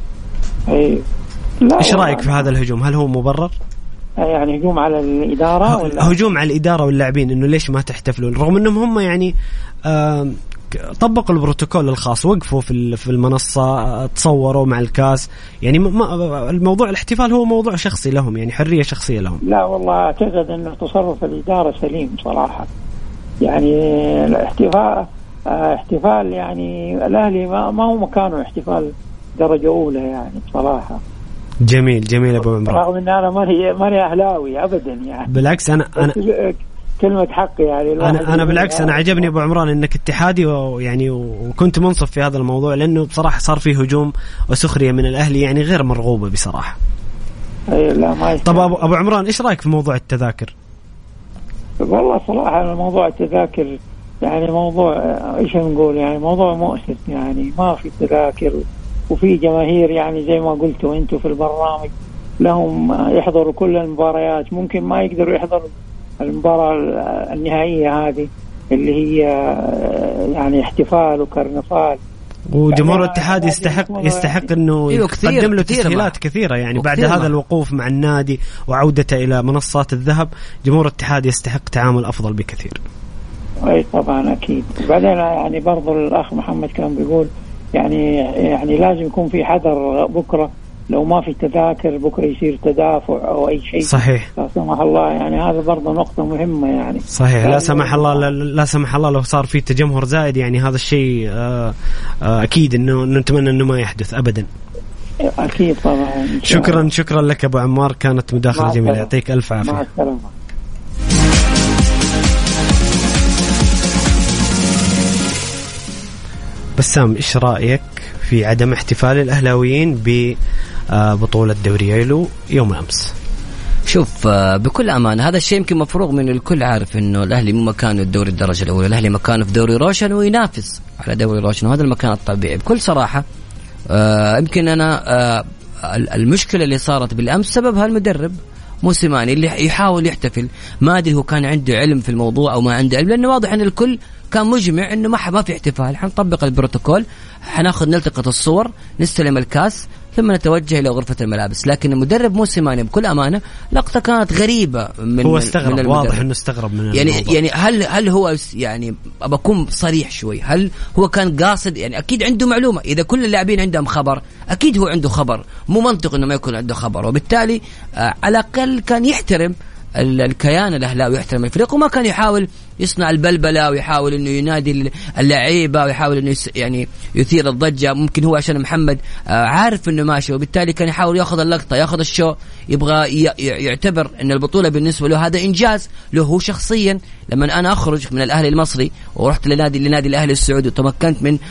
إيش رأيك في هذا الهجوم؟ هل هو مبرر؟ يعني هجوم على الإدارة ولا هجوم على الإدارة واللاعبين، إنه ليش ما تحتفلوا رغم إنهم هم يعني آه طبقوا البروتوكول الخاص، وقفوا في في المنصة، تصوروا مع الكاس، يعني ما الموضوع الاحتفال هو موضوع شخصي لهم، يعني حرية شخصية لهم. لا والله أعتقد إنه تصرف الإدارة سليم صراحة، يعني الاحتفال احتفال يعني الأهلي ما ما هو مكانه احتفال درجة أولى يعني بصراحة. جميل جميل أبو عمران، رغم إن أنا ماني ماني أهلاوي أبدا يعني، بالعكس أنا أنا كلمة حق يعني. أنا أنا بالعكس أنا عجبني أبو عمران إنك اتحادي ويعني وكنت منصف في هذا الموضوع، لأنه بصراحة صار فيه هجوم وسخرية من الأهلي يعني غير مرغوبة بصراحة. أي لا ما طب أبو, أبو عمران، إيش رأيك في موضوع التذاكر؟ والله صراحة موضوع التذاكر يعني موضوع إيش نقول يعني موضوع مؤسف، يعني ما في تذاكر وفي جماهير يعني زي ما قلتوا أنتوا في البرنامج لهم يحضروا كل المباريات، ممكن ما يقدروا يحضروا المباراة النهائية هذه اللي هي يعني احتفال وكرنفال، وجمهور الاتحاد يستحق يستحق انه يقدم له تسهيلات كثيره يعني بعد هذا الوقوف مع النادي وعودته الى منصات الذهب. جمهور الاتحاد يستحق تعامل افضل بكثير. اي طبعا اكيد. وبعدين يعني برضو الاخ محمد كان بيقول يعني يعني لازم يكون في حذر بكره، لو ما في تذاكر بكره يصير تدافع او اي شيء. صحيح. لا سمح الله، يعني هذا برضه نقطه مهمه يعني. صحيح. لا سمح الله لا, لا سمح الله لو صار في تجمهر زائد يعني هذا الشيء آه آه اكيد انه نتمنى انه ما يحدث ابدا. اكيد طبعا. شكرا شكرا لك ابو عمار، كانت مداخله جميله، يعطيك الف عافيه. مع السلامه. بسام، ايش رايك في عدم احتفال الاهلاويين ببطوله دوري يلو يوم امس؟ شوف بكل أمانة هذا الشيء يمكن مفروغ من الكل، عارف إنه الأهلي مو مكانه الدوري الدرجة الأولى، الأهلي مكانه في دوري روشن وينافس على دوري روشن، وهذا المكان الطبيعي بكل صراحة. آه يمكن أنا آه المشكلة اللي صارت بالأمس سببها المدرب موسيماني اللي يحاول يحتفل. ما أدري هو كان عنده علم في الموضوع أو ما عنده علم، لأنه واضح أن الكل كان مجمع إنه ما ما في احتفال، حنطبق البروتوكول، حناخذ نلتقط الصور، نستلم الكاس، ثم نتوجه إلى غرفة الملابس. لكن المدرب موسيماني بكل أمانة لقطة كانت غريبة من هو استغرب، من واضح إنه استغرب من يعني الموضوع. يعني هل هل هو يعني بكون صريح شوي، هل هو كان قاصد؟ يعني أكيد عنده معلومة، إذا كل اللاعبين عندهم خبر أكيد هو عنده خبر، مو منطق إنه ما يكون عنده خبر، وبالتالي آه على الأقل كان يحترم الكيان الأهلاوي ويحترم الفريق، وما كان يحاول يصنع البلبلة ويحاول إنه ينادي اللعيبة ويحاول إنه يعني يثير الضجة. ممكن هو عشان محمد عارف إنه ماشي، وبالتالي كان يحاول يأخذ اللقطة، يأخذ الشو، يبغى يعتبر إن البطولة بالنسبة له هذا إنجاز له هو شخصيا. لما أنا أخرج من الأهلي المصري ورحت لنادي لنادي الأهلي السعودي وتمكنت من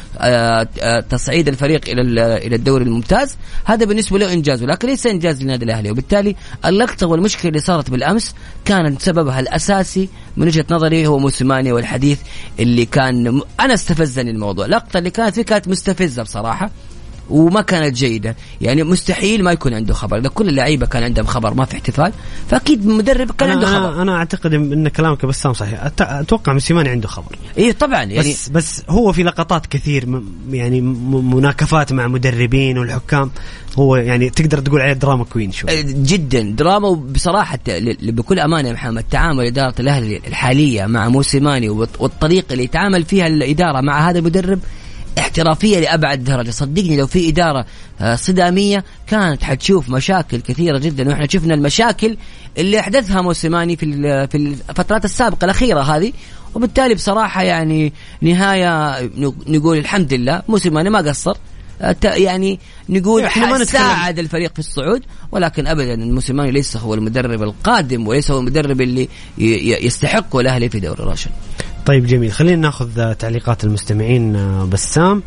تصعيد الفريق إلى إلى الدوري الممتاز، هذا بالنسبة له إنجاز، ولكن ليس إنجاز لنادي الأهلي. وبالتالي اللقطة والمشكلة اللي صارت بالأمس كانت سببها الأساسي من وجهة نظري هو موسيماني، والحديث اللي كان أنا استفزني الموضوع. اللقطة اللي كانت فيه كانت مستفزة بصراحة وما كانت جيدة. يعني مستحيل ما يكون عنده خبر، إذا كل اللعيبة كان عندهم خبر ما في احتفال، فأكيد المدرب كان عنده خبر. أنا, أنا أعتقد إن كلامك بسام صحيح، أتوقع موسيماني عنده خبر. إيه طبعا يعني بس بس هو في لقطات كثير يعني مناكفات مع مدربين والحكام، هو يعني تقدر تقول عليه دراما كوين شوي جدا دراما. وبصراحة بكل أمانة يا محمد، تعامل إدارة الأهلي الحالية مع موسيماني والطريقة اللي يتعامل فيها الإدارة مع هذا المدرب احترافية لأبعد درجة. صدقني لو في إدارة صدامية كانت حتشوف مشاكل كثيرة جدا، وإحنا شفنا المشاكل اللي أحدثها موسيماني في في الفترات السابقة الأخيرة هذه. وبالتالي بصراحة يعني نهاية نقول الحمد لله موسيماني ما قصر، يعني نقول ساعد الفريق في الصعود، ولكن أبدا موسيماني ليس هو المدرب القادم وليس هو المدرب اللي يستحقه الأهلي في دوري روشن. طيب جميل، خلينا ناخذ تعليقات المستمعين. بسام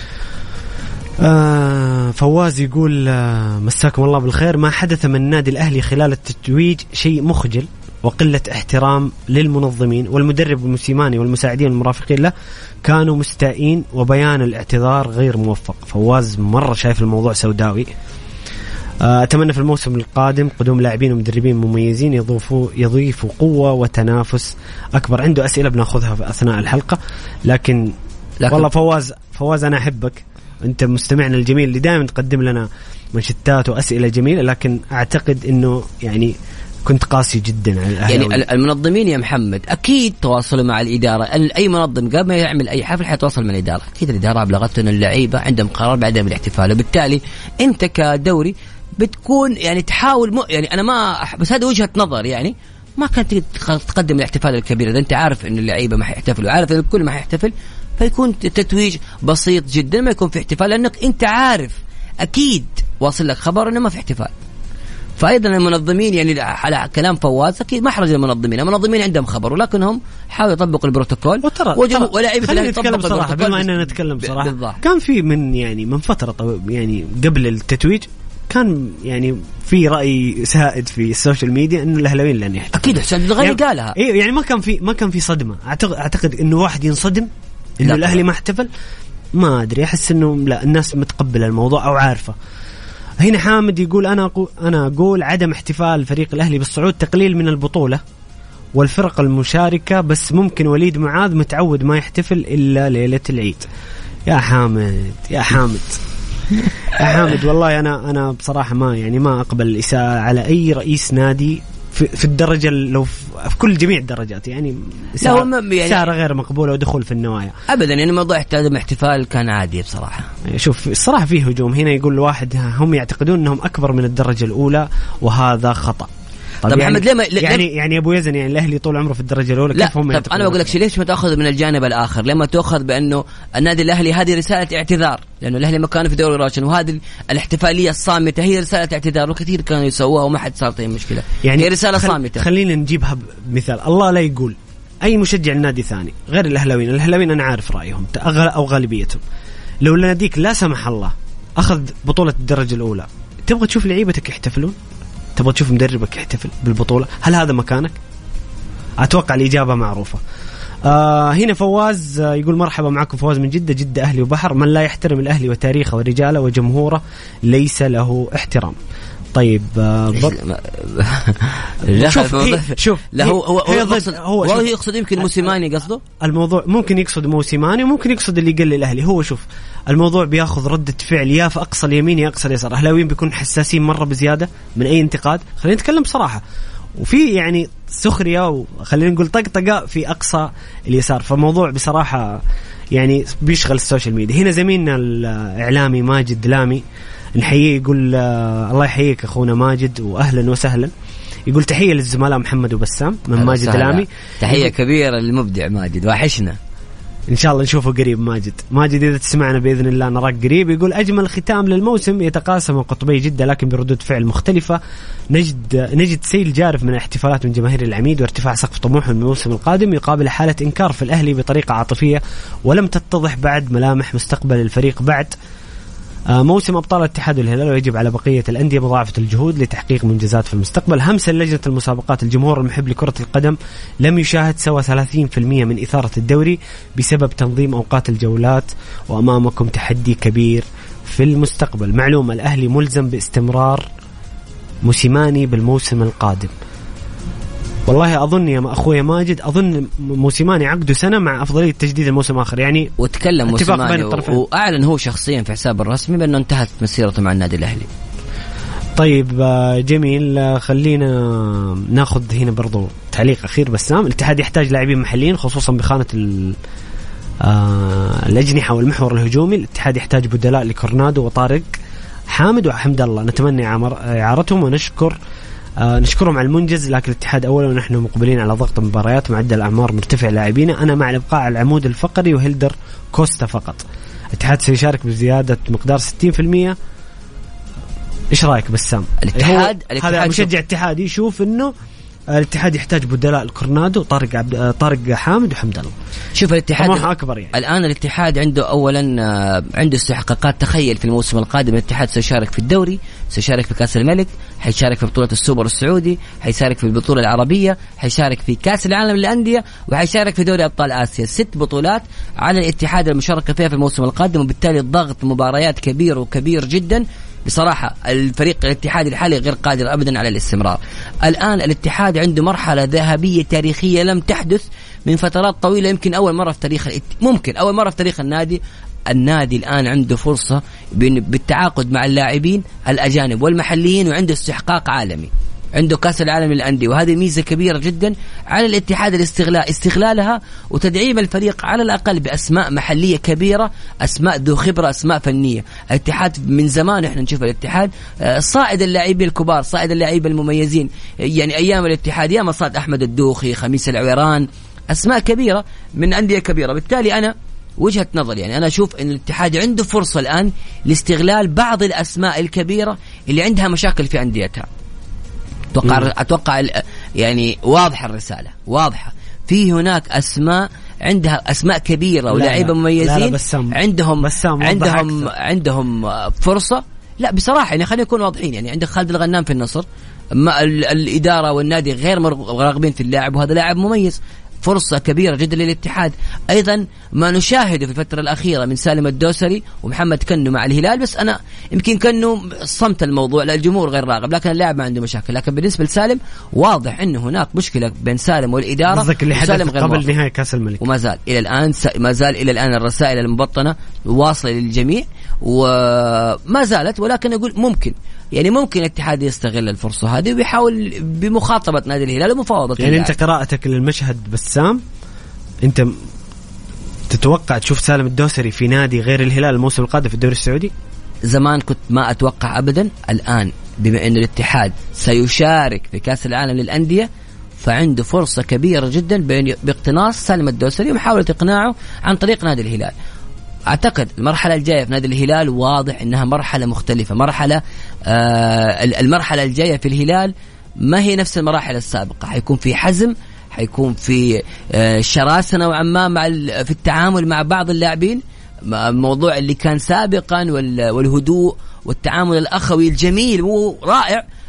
آه فواز يقول آه مساكم الله بالخير، ما حدث من النادي الأهلي خلال التتويج شيء مخجل وقلة احترام للمنظمين والمدرب الموسيماني والمساعدين والمرافقين له كانوا مستائين، وبيان الاعتذار غير موفق. فواز مرة شايف الموضوع سوداوي. أتمنى في الموسم القادم قدوم لاعبين ومدربين مميزين يضيفوا يضيفوا قوة وتنافس أكبر. عنده أسئلة بناخذها في أثناء الحلقة، لكن, لكن والله فواز فواز أنا أحبك، أنت مستمعنا الجميل اللي دائما تقدم لنا منشطات وأسئلة جميلة، لكن أعتقد إنه يعني كنت قاسي جدا على الأهلاوي. يعني المنظمين يا محمد أكيد تواصلوا مع الإدارة، أي منظم قبل ما يعمل أي حفل حيتواصل مع الإدارة. أكيد الإدارة أبلغت أن اللعيبة عندهم قرار بعدم الاحتفال، وبالتالي أنت كدوري بتكون يعني تحاول م... يعني أنا ما بس هذا وجهة نظر، يعني ما كانت تقدم الاحتفال الكبير إذا أنت عارف أن اللعيبة ما حيحتفلوا، عارف أن الكل ما حيحتفل، فيكون تتويج بسيط جدا، ما يكون في احتفال، لأنك أنت عارف أكيد واصل لك خبر أنه ما في احتفال. فأيضا المنظمين يعني على كلام فواز أكيد ما حرج المنظمين، المنظمين عندهم خبر، ولكنهم حاولوا يطبقوا البروتوكول. ولاعيبه خلينا نتكلم صراحة، بما أننا نتكلم صراحة بالضبط. كان في من يعني من فترة يعني قبل التتويج كان يعني في رأي سائد في السوشيال ميديا إنه الأهلاويين لن يحتفلوا. أكيد حسين الغالي يعني قالها. إيه يعني ما كان في ما كان في صدمة. أعتقد أعتقد إنه واحد ينصدم إنه الأهلي ما احتفل، ما أدري، أحس إنه لا الناس متقبلة الموضوع أو عارفة. هنا حامد يقول أنا أقول أنا أقول عدم احتفال فريق الأهلي بالصعود تقليل من البطولة والفرق المشاركة، بس ممكن وليد معاذ متعود ما يحتفل إلا ليلة العيد. يا حامد يا حامد يا حامد والله أنا أنا بصراحة ما يعني ما أقبل الإساءة على أي رئيس نادي في, في الدرجة لو في كل جميع الدرجات، يعني سعر يعني غير مقبولة ودخول في النوايا أبدا. يعني موضوع عدم احتفال كان عادي بصراحة. شوف الصراحة فيه هجوم هنا، يقول الواحد هم يعتقدون أنهم أكبر من الدرجة الأولى وهذا خطأ. طب يعني محمد ليه يعني يعني ابو يزن يعني الاهلي طول عمره في الدرجه الاولى، كيف هم يعتقدون؟ انا بقول لك شيء، ليش ما تاخذ من الجانب الاخر؟ لما تاخذ بانه النادي الاهلي هذه رساله اعتذار، لانه الاهلي ما كان في دوري روشن، وهذه الاحتفاليه الصامته هي رساله اعتذار، وكثير كانوا يسووها وما حد صارت اي مشكله، يعني هي رساله خل... صامته. خلينا نجيبها بمثال. الله لا يقول اي مشجع النادي ثاني غير الاهلاويين، الاهلاويين انا عارف رايهم او غالبيتهم، لو ناديك لا سمح الله اخذ بطوله الدرجه الاولى تبغى تشوف لعيبتك يحتفلون؟ تبغى تشوف مدربك يحتفل بالبطولة؟ هل هذا مكانك؟ أتوقع الإجابة معروفة. آه هنا فواز آه يقول مرحبا معكم فواز من جدة. جدة أهلي وبحر، من لا يحترم الأهلي وتاريخه ورجاله وجمهوره ليس له احترام. طيب آه شوف هي شوف لا هو هو هو يقصد, هو, هو يقصد يمكن موسيماني قصده. الموضوع ممكن يقصد موسيماني وممكن يقصد اللي يقلل الأهلي. هو شوف الموضوع بياخذ ردة فعل يا في أقصى اليمين يا أقصى اليسار. أهلاويين بيكون حساسين مرة بزيادة من أي انتقاد، خلينا نتكلم بصراحة، وفي يعني سخرية وخلينا نقول طقطقة في أقصى اليسار. فالموضوع بصراحة يعني بيشغل السوشيال ميديا. هنا زميلنا الإعلامي ماجد لامي نحييه، يقول آه الله يحييك أخونا ماجد وأهلا وسهلا. يقول تحية للزملاء محمد وبسام من ماجد لامي. تحية كبيرة للمبدع ماجد، واحشنا إن شاء الله نشوفه قريب. ماجد ماجد إذا تسمعنا بإذن الله نراك قريب. يقول أجمل ختام للموسم يتقاسم قطبي جدة لكن بردود فعل مختلفة. نجد نجد سيل جارف من الاحتفالات من جماهير العميد وارتفاع سقف طموحهم الموسم القادم يقابل حالة إنكار في الأهلي بطريقة عاطفية ولم تتضح بعد ملامح مستقبل الفريق بعد موسم أبطال الاتحاد والهلال، ويجب على بقية الأندية مضاعفة الجهود لتحقيق منجزات في المستقبل. همسا لجنة المسابقات، الجمهور المحب لكرة القدم لم يشاهد سوى ثلاثين بالمئة من إثارة الدوري بسبب تنظيم أوقات الجولات، وأمامكم تحدي كبير في المستقبل. معلومة الأهلي ملزم باستمرار موسيماني بالموسم القادم. والله أظن يا أخويا ماجد أظن موسيماني عقده سنة مع أفضلية تجديد الموسم آخر يعني. وتكلم موسيماني وأعلن هو شخصيا في حساب الرسمي بأنه انتهت مسيرته مع النادي الأهلي. طيب جميل، خلينا ناخذ هنا برضو تعليق أخير. بسام، الاتحاد يحتاج لاعبين محليين خصوصا بخانة الأجنحة والمحور الهجومي. الاتحاد يحتاج بدلاء لكورنادو وطارق حامد وحمد الله، نتمنى إعارتهم ونشكر آه نشكرهم على المنجز، لكن الاتحاد أولا ونحن مقبلين على ضغط مباريات معدل الأعمار مرتفع لاعبين. أنا مع الإبقاء على العمود الفقري وهيلدر كوستا فقط. الاتحاد سيشارك بزيادة مقدار ستين بالمئة. إيش رأيك بسام؟ الاتحاد, الاتحاد هذا مشجع اتحادي يشوف إنه الاتحاد يحتاج بدلاء الكورنادو طارق عبد طارق حامد وحمد الله. شوف الاتحاد أكبر يعني. الآن الاتحاد عنده أولا عنده استحقاقات. تخيل في الموسم القادم الاتحاد سيشارك في الدوري، سيشارك في كأس الملك، حيشارك في بطولة السوبر السعودي، حيشارك في البطولة العربية، حيشارك في كأس العالم للأندية، وحيشارك في دوري أبطال آسيا. ست بطولات على الاتحاد المشاركة فيها في الموسم القادم، وبالتالي ضغط مباريات كبير وكبير جدا. بصراحة الفريق الاتحادي الحالي غير قادر أبدا على الاستمرار. الآن الاتحاد عنده مرحلة ذهبية تاريخية لم تحدث من فترات طويلة، يمكن أول مرة في تاريخ الات... ممكن أول مرة في تاريخ النادي. النادي الآن عنده فرصة بالتعاقد مع اللاعبين الأجانب والمحليين، وعنده استحقاق عالمي، عنده كأس العالم للأندية، وهذه ميزة كبيرة جدا على الاتحاد الاستغلال استغلالها وتدعيم الفريق على الأقل بأسماء محلية كبيرة، أسماء ذو خبرة، أسماء فنية. الاتحاد من زمان احنا نشوف الاتحاد صاعد اللاعبين الكبار، صاعد اللاعبين المميزين. يعني أيام الاتحاد ياما صعد أحمد الدوخي، خميس العويران، أسماء كبيرة من أندية كبيرة. بالتالي أنا وجهة نظر يعني أنا أشوف أن الاتحاد عنده فرصة الآن لاستغلال بعض الأسماء الكبيرة اللي عندها مشاكل في أنديتها. أتوقع أتوقع يعني واضحة الرسالة، واضحة. في هناك أسماء عندها أسماء كبيرة ولاعيبة مميزين، بسام عندهم بسام عندهم عندهم فرصة. لا بصراحة يعني خلينا نكون واضحين. يعني عندك خالد الغنام في النصر، ما الإدارة والنادي غير راغبين في اللاعب، وهذا لاعب مميز. فرصة كبيرة جدا للاتحاد. أيضا ما نشاهده في الفترة الأخيرة من سالم الدوسري ومحمد كنو مع الهلال، بس أنا يمكن كنو صمت الموضوع للجمهور غير راغب، لكن اللاعب ما عنده مشاكل. لكن بالنسبة لسالم واضح أنه هناك مشكلة بين سالم والإدارة. قصدك اللي حدث قبل نهاية كأس الملك، وما زال إلى الآن ما زال إلى الآن الرسائل المبطنة واصلة للجميع وما زالت. ولكن أقول ممكن يعني ممكن الاتحاد يستغل الفرصة هذه ويحاول بمخاطبة نادي الهلال ومفاوضة. يعني أنت قراءتك للمشهد بسام، أنت تتوقع تشوف سالم الدوسري في نادي غير الهلال الموسم القادم في الدوري السعودي؟ زمان كنت ما أتوقع أبدا. الآن بما أن الاتحاد سيشارك في كأس العالم للأندية فعنده فرصة كبيرة جدا باقتناص سالم الدوسري ومحاولة إقناعه عن طريق نادي الهلال. أعتقد المرحلة الجاية في نادي الهلال واضح أنها مرحلة مختلفة. مرحلة آه المرحلة الجاية في الهلال ما هي نفس المراحل السابقة. حيكون في حزم، حيكون في آه شراسة نوعا ما مع في التعامل مع بعض اللاعبين. الموضوع اللي كان سابقا والهدوء والتعامل الأخوي الجميل ورائع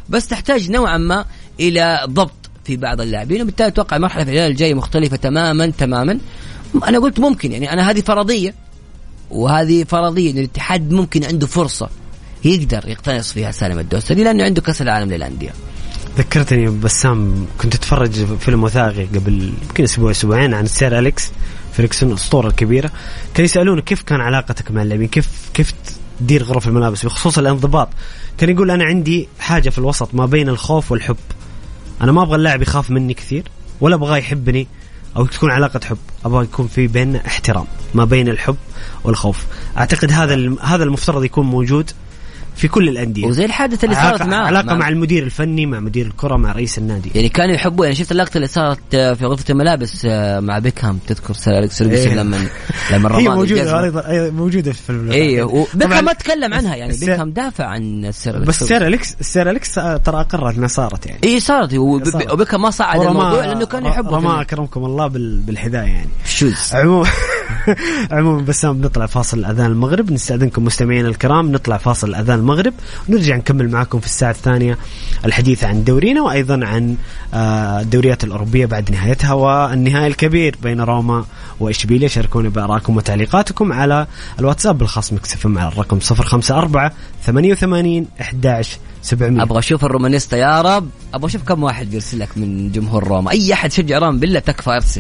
بس تحتاج نوعا ما الى ضبط في بعض اللاعبين، وبالتالي اتوقع المرحله في الهلال الجايه مختلفه تماما تماما. انا قلت ممكن يعني انا هذه فرضيه وهذه فرضيه ان الاتحاد ممكن عنده فرصه يقدر يقتنص فيها سالم الدوسري لانه عنده كاس العالم للانديه. ذكرتني بسام، كنت اتفرج فيلم وثائقي قبل يمكن اسبوع اسبوعين عن السير أليكس فريكسون الاسطوره الكبيره. كان يسالونه كيف كان علاقتك مع اللاعبين، كيف كيف تدير غرف الملابس بخصوص الانضباط. كان يقول انا عندي حاجه في الوسط ما بين الخوف والحب. انا ما ابغى اللاعب يخاف مني كثير ولا ابغى يحبني او تكون علاقه حب، ابغى يكون في بيننا احترام ما بين الحب والخوف. اعتقد هذا هذا المفترض يكون موجود في كل الأندية، وزي الحادثة اللي صارت معه علاقة مع, مع المدير الفني مع مدير الكرة مع رئيس النادي، يعني كانوا يحبوا. يعني شفت اللقطة اللي صارت في غرفة الملابس مع بيكهام، تذكر سير أليكس فرغسون لما لما هي موجودة موجودة في الفيلم. ايه وبيكهام ما تكلم عنها، يعني بيكهام دافع عن سير أليكس. بس سير أليكس سير أليكس ترى أقرر أنها صارت يعني ايه صارت، وبيكهام ما صعد الموضوع لأنه كان يحبه. ما أكرمكم الله بالحذاء يعني شوز. عموما عموما بسام نطلع فاصل أذان المغرب، نستأذنكم مستمعين الكرام نطلع فاصل أذان المغرب ونرجع نكمل معكم في الساعة الثانية الحديث عن دورينا وأيضا عن الدوريات الأوروبية بعد نهايتها والنهائي الكبير بين روما وإشبيلية. شاركونا بآرائكم وتعليقاتكم على الواتساب الخاص ميكس اف ام على الرقم صفر خمسة أربعة ثمانية وثمانين أحد عشر سبعمية. أبغى أشوف الرومانيستا يا رب، أبغى أشوف كم واحد بيرسلك من جمهور روما. أي أحد شجع روما بالله تكفى أرسل.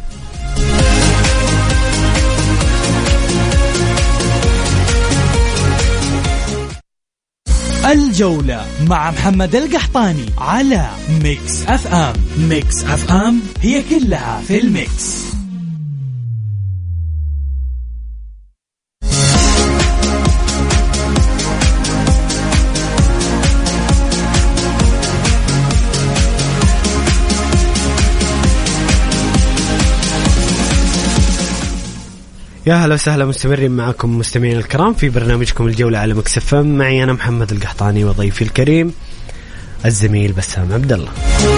الجولة مع محمد القحطاني على ميكس اف ام. ميكس اف ام هي كلها في الميكس. يا هلا وسهلا، مستمرين معكم مستمعين الكرام في برنامجكم الجولة على ميكس اف ام. معي أنا محمد القحطاني وضيفي الكريم الزميل بسام عبد الله.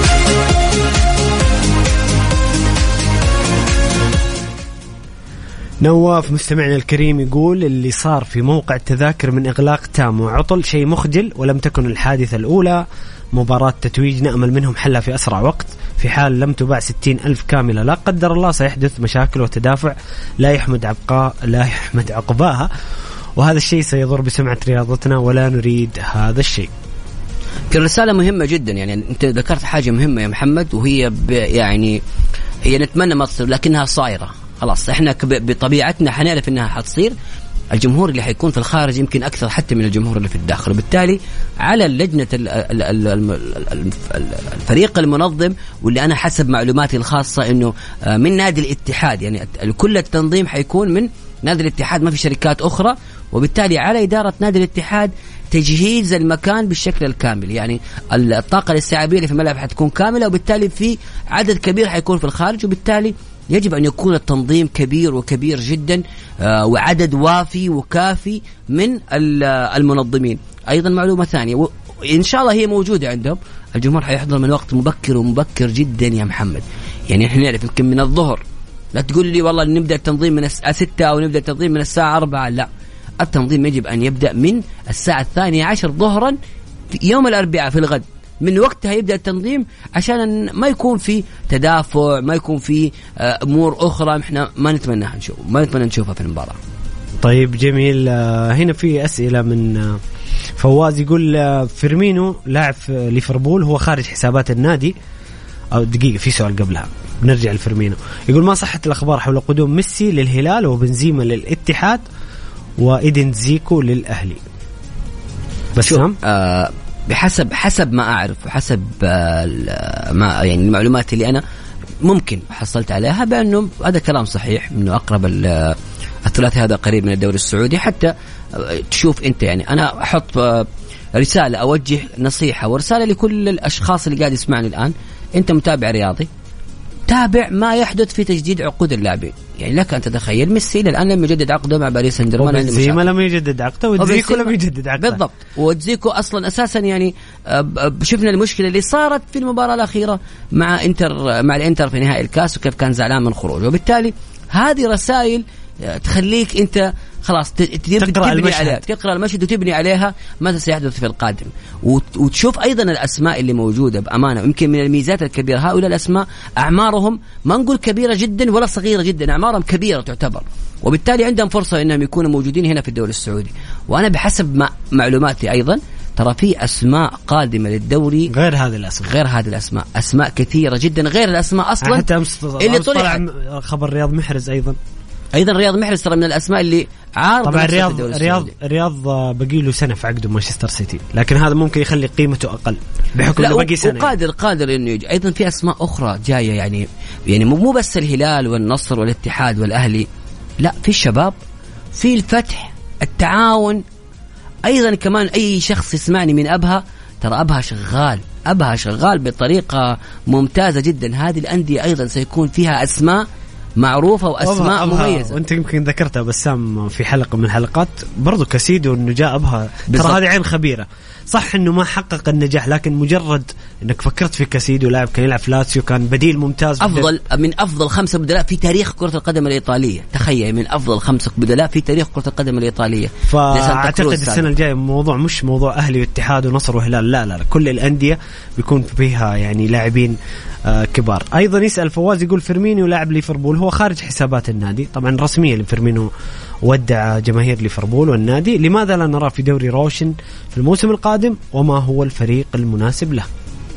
نواف مستمعنا الكريم يقول اللي صار في موقع التذاكر من إغلاق تام وعطل شيء مخجل، ولم تكن الحادثة الأولى مباراة تتويج، نأمل منهم حلها في أسرع وقت. في حال لم تباع ستين ألف كاملة لا قدر الله سيحدث مشاكل وتدافع لا يحمد عبقاء لا يحمد عقباها، وهذا الشيء سيضر بسمعة رياضتنا ولا نريد هذا الشيء. الرسالة مهمة جدا، يعني أنت ذكرت حاجة مهمة يا محمد، وهي يعني هي نتمنى ما تصير لكنها صايرة خلاص. احنا بطبيعتنا حنعرف انها حتصير. الجمهور اللي حيكون في الخارج يمكن اكثر حتى من الجمهور اللي في الداخل، وبالتالي على اللجنه الفريق المنظم، واللي انا حسب معلوماتي الخاصه انه من نادي الاتحاد، يعني كل التنظيم حيكون من نادي الاتحاد، ما في شركات اخرى، وبالتالي على اداره نادي الاتحاد تجهيز المكان بالشكل الكامل. يعني الطاقه الاستيعابيه اللي في الملعب حتكون كامله، وبالتالي في عدد كبير حيكون في الخارج، وبالتالي يجب أن يكون التنظيم كبير وكبير جدا وعدد وافي وكافي من المنظمين. أيضا معلومة ثانية إن شاء الله هي موجودة عندهم، الجمهور حيحضر من وقت مبكر ومبكر جدا يا محمد. يعني إحنا نعرف يمكن من الظهر، لا تقول لي والله نبدأ التنظيم من الساعة ستة أو نبدأ التنظيم من الساعة أربعة، لا، التنظيم يجب أن يبدأ من الساعة الثانية عشر ظهرا يوم الأربعاء في الغد، من وقتها يبدأ التنظيم عشان ما يكون في تدافع، ما يكون في أمور أخرى إحنا ما نتمناها نشوف ما نتمنى نشوفها في المباراة. طيب جميل. هنا في أسئلة من فواز يقول فيرمينو لاعب في ليفربول هو خارج حسابات النادي، أو دقيقة في سؤال قبلها بنرجع لفيرمينو. يقول ما صحت الأخبار حول قدوم ميسي للهلال وبنزيما للاتحاد وإيدن زيكو للأهلي؟ بس آه بحسب حسب ما أعرف وحسب ما يعني المعلومات اللي أنا ممكن حصلت عليها بأنه هذا كلام صحيح، إنه أقرب الثلاثي هذا قريب من الدوري السعودي. حتى تشوف أنت، يعني أنا أحط رسالة، أوجه نصيحة ورسالة لكل الأشخاص اللي قاعد يسمعني الآن. أنت متابع رياضي، تابع ما يحدث في تجديد عقود اللاعبين. يعني لك أن تتخيل ميسي الآن لم يجدد عقده مع باريس سان جيرمان، وبنزيما لم يجدد عقده، وزيكو لم يجدد عقده بالضبط. وزيكو أصلا أساسا يعني شفنا المشكلة اللي صارت في المباراة الأخيرة مع إنتر مع الإنتر في نهائي الكاس، وكيف كان زعلان من خروجه. وبالتالي هذه رسائل تخليك أنت خلاص تقرأ المشهد، تقرأ المشهد وتبني عليها ماذا سيحدث في القادم، وتشوف أيضا الأسماء اللي موجودة. بأمانة يمكن من الميزات الكبيرة هؤلاء الأسماء أعمارهم ما نقول كبيرة جدا ولا صغيرة جدا، أعمارهم كبيرة تعتبر، وبالتالي عندهم فرصة أنهم يكونوا موجودين هنا في الدوري السعودي. وأنا بحسب ما معلوماتي أيضا ترى في أسماء قادمة للدوري غير هذه الأسماء، غير هذه الأسماء، أسماء كثيرة جدا غير الأسماء أصلا. حتى أمس اللي طلع خبر رياض محرز أيضا أيضا رياض محرز ترى من الأسماء اللي عارضة. طبعا رياض رياض رياض باقي له سنة في عقده مانشستر سيتي، لكن هذا ممكن يخلي قيمته أقل بحكم إنه باقي سنة. وقادر يعني. قادر إنه يجي. أيضا في أسماء أخرى جاية يعني يعني مو بس الهلال والنصر والاتحاد والأهلي، لا في الشباب، في الفتح، التعاون. أيضا كمان أي شخص يسمعني من أبها، ترى أبها شغال، أبها شغال بطريقة ممتازة جدا. هذه الأندية أيضا سيكون فيها أسماء معروفة وأسماء مميزة. وأنت يمكن ذكرتها بسام في حلقة من الحلقات برضو كاسيدو إنه جاء أبها، ترى هذه عين خبيرة. صح إنه ما حقق النجاح، لكن مجرد إنك فكرت في كاسيدو، لاعب كان يلعب في لاتسيو، كان بديل ممتاز، أفضل من أفضل خمسة بدلاء في تاريخ كرة القدم الإيطالية. تخيل من أفضل خمسة بدلاء في تاريخ كرة القدم الإيطالية. فأعتقد السنة الجاية موضوع مش موضوع أهلي واتحاد ونصر وهلال، لا لا, لا. كل الأندية بيكون فيها يعني لاعبين آه كبار. أيضا يسأل فواز يقول فيرمينيو لاعب ليفربول هو خارج حسابات النادي، طبعا رسميا لفيرمينيو ودع جماهير ليفربول والنادي، لماذا لا نراه في دوري روشن في الموسم القادم، وما هو الفريق المناسب له؟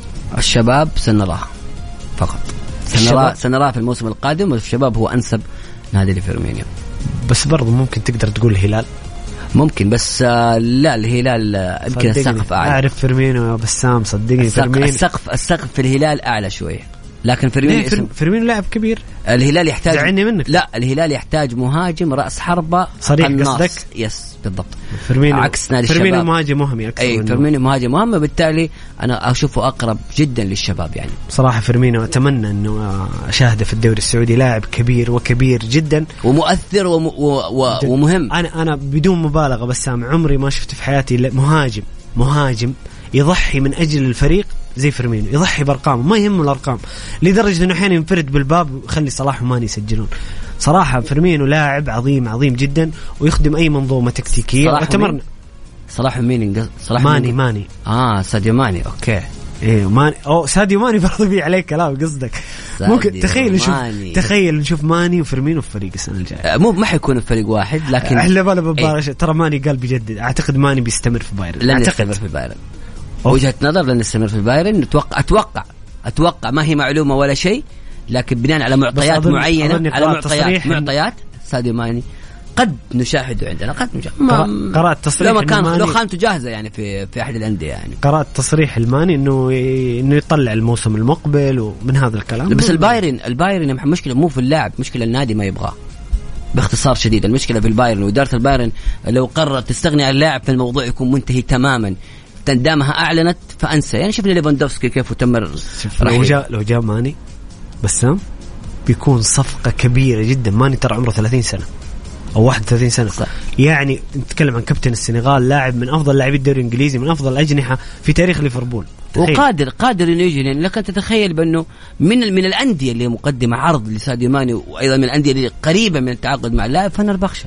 الشباب سنراه فقط، سنراه سنراه في الموسم القادم، والشباب هو أنسب نادي لفيرمينيو. بس برضو ممكن تقدر تقول الهلال، ممكن، بس لا الهلال يمكن السقف أعلى. أعرف فيرمينيو يا بسام، صدقني فيرمينيو السقف السقف في الهلال أعلى شوية، لكن فيرمينيو اسم فيرمينيو لاعب كبير. الهلال يحتاج زعلني منك. لا الهلال يحتاج مهاجم رأس حربة صريح قصدك. يس بالضبط. فيرمينيو عكس نادي الشباب. فيرمينيو مهاجم مهمي أكثر. أي فيرمينيو مهاجم مهم، بالتالي أنا أشوفه أقرب جدا للشباب يعني. صراحة فيرمينيو أتمنى إنه أشاهده في الدوري السعودي، لاعب كبير وكبير جدا ومؤثر وم... و... و... ومهم. أنا أنا بدون مبالغة بس سام عمري ما شفت في حياتي مهاجم مهاجم يضحي من أجل الفريق زي فيرمينيو، يضحي بأرقام ما يهمه الأرقام، لدرجة إنه أحيانا ينفرد بالباب ويخلي صلاح وماني يسجلون. صراحة فيرمينيو لاعب عظيم عظيم جدا ويخدم أي منظومة تكتيكية. اعتمرنا صلاح مين؟ صلاح ماني ماني آه ساديو ماني. أوكي إيه ماني أو ساديو ماني برضو بي عليك كلام قصدك. ممكن تخيل نشوف تخيل نشوف ماني وفيرمينو في فريق السنة الجاية. مو ما حيكون في فريق واحد، لكن احنا بلا ببارش. ايه. ترى ماني قال بيجدد، أعتقد ماني بيستمر في بايرن. لن يستمر في بايرن، وجهة نظر لن يستمر في بايرن. أتوقع أتوقع أتوقع ما هي معلومة ولا شيء، لكن بناء على معطيات أظن معينة أظن على معطيات معطيات ساديو ماني قد نشاهده عندنا، قد نشاهد. قرأت تصريح لو كان لو خانته جاهزة يعني في في أحد الأندية يعني. قرأت تصريح الماني إنه إنه يطلع الموسم المقبل ومن هذا الكلام. بس البايرن البايرن مشكلة مو في اللاعب، مشكلة النادي ما يبغاه. باختصار شديد المشكلة في البايرن وإدارة البايرن. لو قررت تستغني عن اللاعب في الموضوع يكون منتهي تماما. تندامها أعلنت فأنسى. يعني شفنا ليفاندوفسكي كيف تمر. لو جاء لو جاء ماني بسام بيكون صفقة كبيرة جدا. ماني ترى عمره ثلاثين سنة أو واحد وثلاثين سنة صح. يعني نتكلم عن كابتن السنغال، لاعب من أفضل لاعبي الدوري الإنجليزي، من أفضل الأجنحة في تاريخ ليفربول، وقادر قادر إنه يجي. يعني لكن تتخيل بأنه من من الأندية اللي مقدمة عرض لساديو ماني، وأيضا من الأندية اللي قريبة من التعاقد مع اللاعب فنربخشة.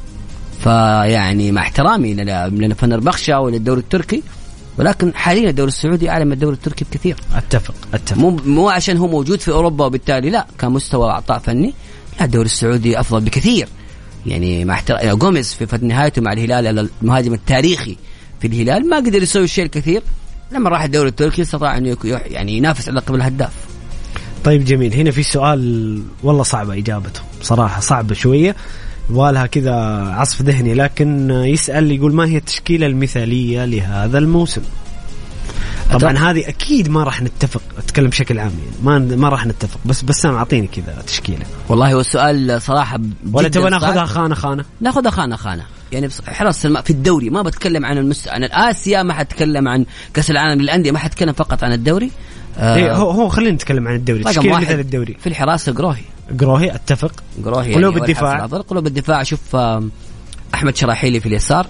فيعني مع احترامي لنا فنربخشة وللدوري التركي، ولكن حاليا الدوري السعودي أعلى من الدوري التركي بكثير. أتفق أتفق. مو مو عشان هو موجود في أوروبا وبالتالي لا كمستوى عطاء فني، لا الدوري السعودي أفضل بكثير. يعني مع احترام جوميز في نهايته مع الهلال، المهاجم التاريخي في الهلال، ما قدر يسوي الشيء الكثير. لما راح الدوري التركي استطاع انه يعني ينافس على لقب الهداف. طيب جميل. هنا في سؤال والله صعبة إجابته بصراحة، صعبة شوية والها كذا عصف ذهني، لكن يسأل يقول ما هي التشكيلة المثالية لهذا الموسم؟ طبعا هذه أكيد ما راح نتفق، أتكلم بشكل عام يعني ما ما راح نتفق، بس بس أنا أعطيني كذا تشكيلة. والله هو السؤال صراحة ولا تبغى ناخذها خانة خانة؟ ناخذها خانة خانة يعني حرص في الدوري. ما بتكلم عن المس... عن الآسيا، ما حتكلم عن كأس العالم للأندية، ما حتكلم فقط عن الدوري. آه إيه هو هو خلينا نتكلم عن الدوري. تشكيلة مثل الدوري في الحراسة قروهي قروهي أتفق. قروهي قلوب يعني الدفاع قلوب الدفاع شوف أحمد شراحيلي في اليسار،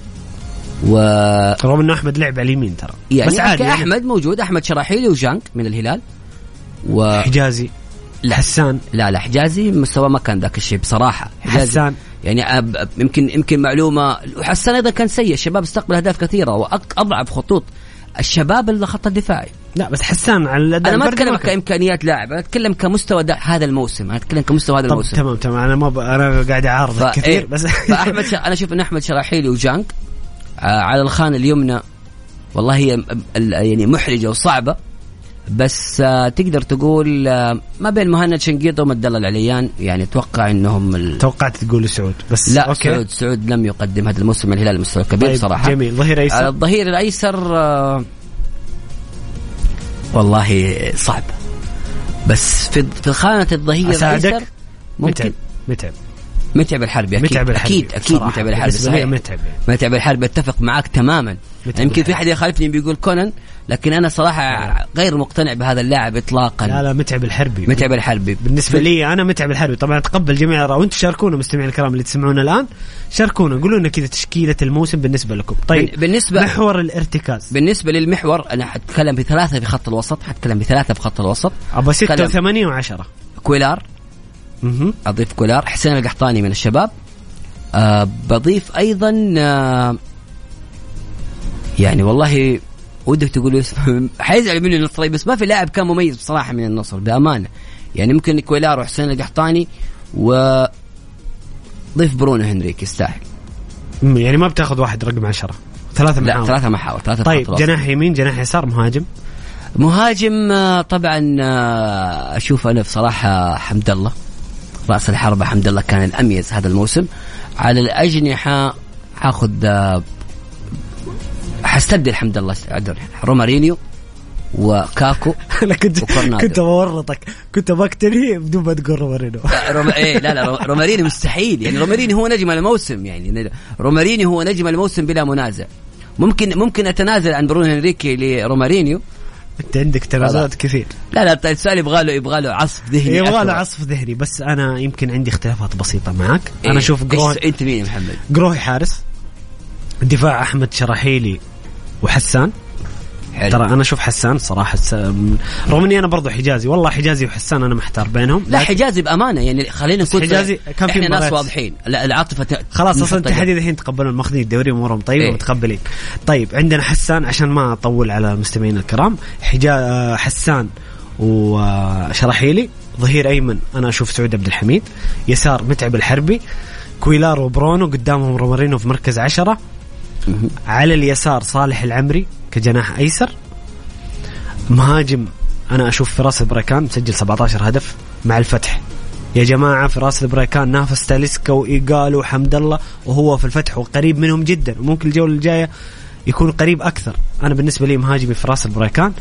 و رغم انه احمد لعب على اليمين ترى يعني بس عادي يعني. احمد موجود، احمد شراحيلي وجانك من الهلال وحجازي لا حسان لا لا حجازي مستوى ما كان ذاك الشيء بصراحة. حسان يعني أب يمكن يمكن معلومة، وحسان أيضا كان سيء. الشباب استقبل أهداف كثيرة وأضعف خطوط الشباب اللي خط الدفاعي. لا بس حسان على الأداء. أنا ما أتكلم كإمكانيات لاعب، أنا أتكلم كمستوى هذا الموسم، أنا أتكلم كمستوى هذا الموسم. تمام تمام أنا ما ب... أنا قاعد أعارض كثير بس. فأحمد ش... أنا أشوف إن أحمد شراحيلي وجانك آه على الخانة اليمنى والله هي يعني محرجة وصعبة، بس آه تقدر تقول آه ما بين مهند شنقيط ومد الله العليان، يعني أتوقع إنهم ال... توقعت تقول سعود بس لا أوكي. سعود سعود لم يقدم هذا الموسم الهلال المستوى الكبير. طيب صراحة جميل. ظهير أيسر. الظهير الأيسر آه والله صعب، بس في في خانة الظهير الأيسر ممكن متعب متعب الحربي أكيد متعب الحربي. أكيد أكيد متعب الحربي صحيح. متعب متعب الحربي أتفق معاك تماما. يمكن في حد يخالفني بيقول كونان، لكن أنا صراحة غير مقتنع بهذا اللاعب إطلاقا. لا لا متعب الحربي متعب الحربي بالنسبة لي أنا متعب الحربي. طبعا أتقبل جميع الآراء، وأنتم شاركونا مستمعين الكرام اللي تسمعونا الآن، شاركونا قولوا لنا كذا تشكيلة الموسم بالنسبة لكم. طيب بالنسبة محور الارتكاز، بالنسبة للمحور أنا حتكلم بثلاثة في خط الوسط، حتكلم بثلاثة في خط الوسط أبا ستة وثمانية وعشرة. كويلار مه. أضيف كويلار، حسين القحطاني من الشباب. أه بضيف أيضا أه يعني والله ودك تقول حيزعل مني النصر، بس ما في لاعب كان مميز بصراحة من النصر بأمانة. يعني ممكن كويلار وحسين القحطاني وضيف برونو هنريك يستاهل. يعني ما بتاخذ واحد رقم عشرة، ثلاثة محاور. لا ثلاثة محاور ثلاثة. طيب جناح يمين جناح يسار مهاجم. مهاجم طبعا أشوف أنا بصراحة حمد الله رأس الحربة. حمد الله كان الأميز هذا الموسم. على الأجنحة هاخذ حستبدل حمد الله عدل رومارينيو وكاكو. أنا كنت كنت بورطك، كنت بكتري بدون ما تقول رومارينيو. روم... إيه لا لا رومارينيو مستحيل، يعني رومارينيو هو نجم الموسم، يعني رومارينيو هو نجم الموسم بلا منازع. ممكن ممكن أتنازل عن برونو هنريكي لرومارينيو. أنت عندك تنازلات كثير. لا لا السؤال يبغى له يبغى له عصف ذهني. يبغى له عصف ذهني، بس أنا يمكن عندي اختلافات بسيطة معك. إيه؟ أنا أشوف قروه. أنت مين محمد؟ قروه حارس، الدفاع أحمد شراحيلي وحسان. حلو. ترى أنا أشوف حسان صراحة س... رغم إني أنا برضو حجازي، والله حجازي وحسان أنا محتار بينهم. لا حجازي بأمانة يعني خلينا نقول حجازي كان في ناس واضحين. لا العاطفة ت... خلاص أصلا التحدي الحين تقبلون ماخذين الدوري وأمورهم طيبة إيه؟ ومتقبلين. طيب عندنا حسان، عشان ما أطول على المستمعين الكرام، حجا حسان وشراحيلي. ظهير أيمن أنا أشوف سعود عبد الحميد، يسار متعب الحربي، كويلار وبرونو، قدامهم رومارينو في مركز عشرة. على اليسار صالح العمري كجناح أيسر. مهاجم أنا أشوف فراس البريكان مسجل سبعة عشر هدف مع الفتح. يا جماعة فراس البريكان نافس تاليسكا وإيقال وحمد الله وهو في الفتح وقريب منهم جدا، وممكن الجولة الجاية يكون قريب أكثر. أنا بالنسبة لي مهاجمي فراس البريكان.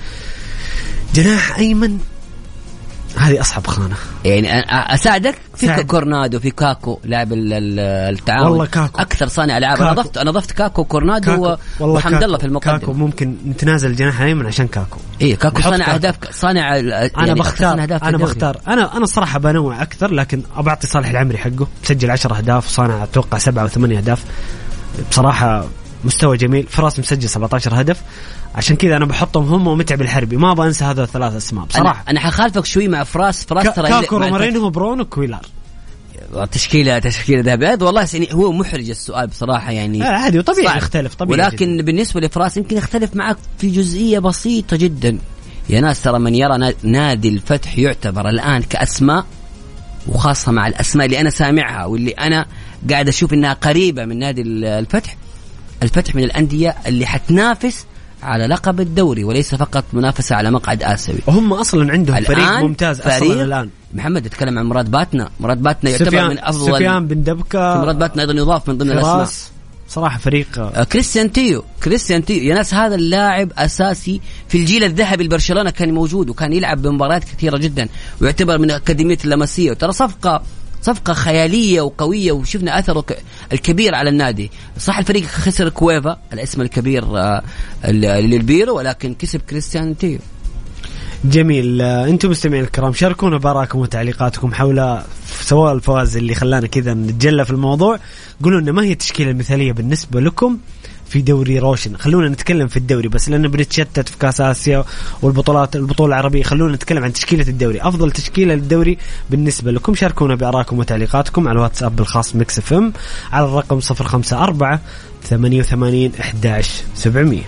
جناح أيمن هذه أصعب خانة، يعني أساعدك في ساعد. كورنادو في كاكو لاعب التعاون والله كاكو أكثر صانع ألعاب. أنا ضفت أنا ضفت كاكو كورنادو وحمد الله في المقدمة. كاكو ممكن نتنازل جناح أيمن عشان كاكو. إيه كاكو صانع أهداف صانع يعني أنا بختار أنا بختار أنا أنا الصراحة بنوع أكثر، لكن أبعطي صالح العمري حقه، مسجل عشر أهداف وصانع أتوقع سبعة وثمانية أهداف بصراحة مستوى جميل. فراس مسجل سبعة عشر هدف، عشان كذا أنا بحطهم هم ومتعب الحربي. ما بنسى هذا الثلاث اسماء بصراحة. أنا, أنا حخالفك شوي مع فراس. فراس ترى كاكو رومارينو برونو كويلار تشكيلة تشكيلة ذهبية. والله يعني هو محرج السؤال بصراحة، يعني عادي وطبيعي يختلف طبيعي، ولكن جداً. بالنسبة لفراس يمكن يختلف معك في جزئية بسيطة جدا. يا ناس ترى من يرى نادي الفتح يعتبر الآن كأسماء، وخاصة مع الأسماء اللي أنا سامعها واللي أنا قاعد أشوف إنها قريبة من نادي الفتح. الفتح من الأندية اللي حتنافس على لقب الدوري وليس فقط منافسة على مقعد آسيوي. وهم أصلا عندهم فريق ممتاز فريق أصلا الآن. محمد يتكلم عن مراد باتنا. مراد باتنا يعتبر من أفضل. سفيان بن دبكة. مراد باتنا أيضا يضاف من ضمن الأسماء صراحة فريق. آه كريستيان تيو كريستيان تيو يا ناس هذا اللاعب أساسي في الجيل الذهبي البرشلونة، كان موجود وكان يلعب بمباريات كثيرة جدا ويعتبر من أكاديمية اللمسية. وترى صفقة صفقة خيالية وقوية، وشفنا أثره الكبير على النادي. صح الفريق خسر كويفا الاسم الكبير للبيرو، ولكن كسب كريستيان تيو. جميل. أنتم مستمعين الكرام شاركونا براءكم وتعليقاتكم حول سواء الفواز اللي خلانا كذا نتجلى في الموضوع. قولوا لنا ما هي التشكيلة المثالية بالنسبة لكم في دوري روشن. خلونا نتكلم في الدوري بس لأنه بنتشتت في كأس آسيا والبطولات البطولة العربية. خلونا نتكلم عن تشكيلة الدوري، أفضل تشكيلة للدوري بالنسبة لكم. شاركونا بآرائكم وتعليقاتكم على الواتساب الخاص ميكس اف ام على الرقم صفر خمسة أربعة ثمانية وثمانين أحد عشر سبعمية.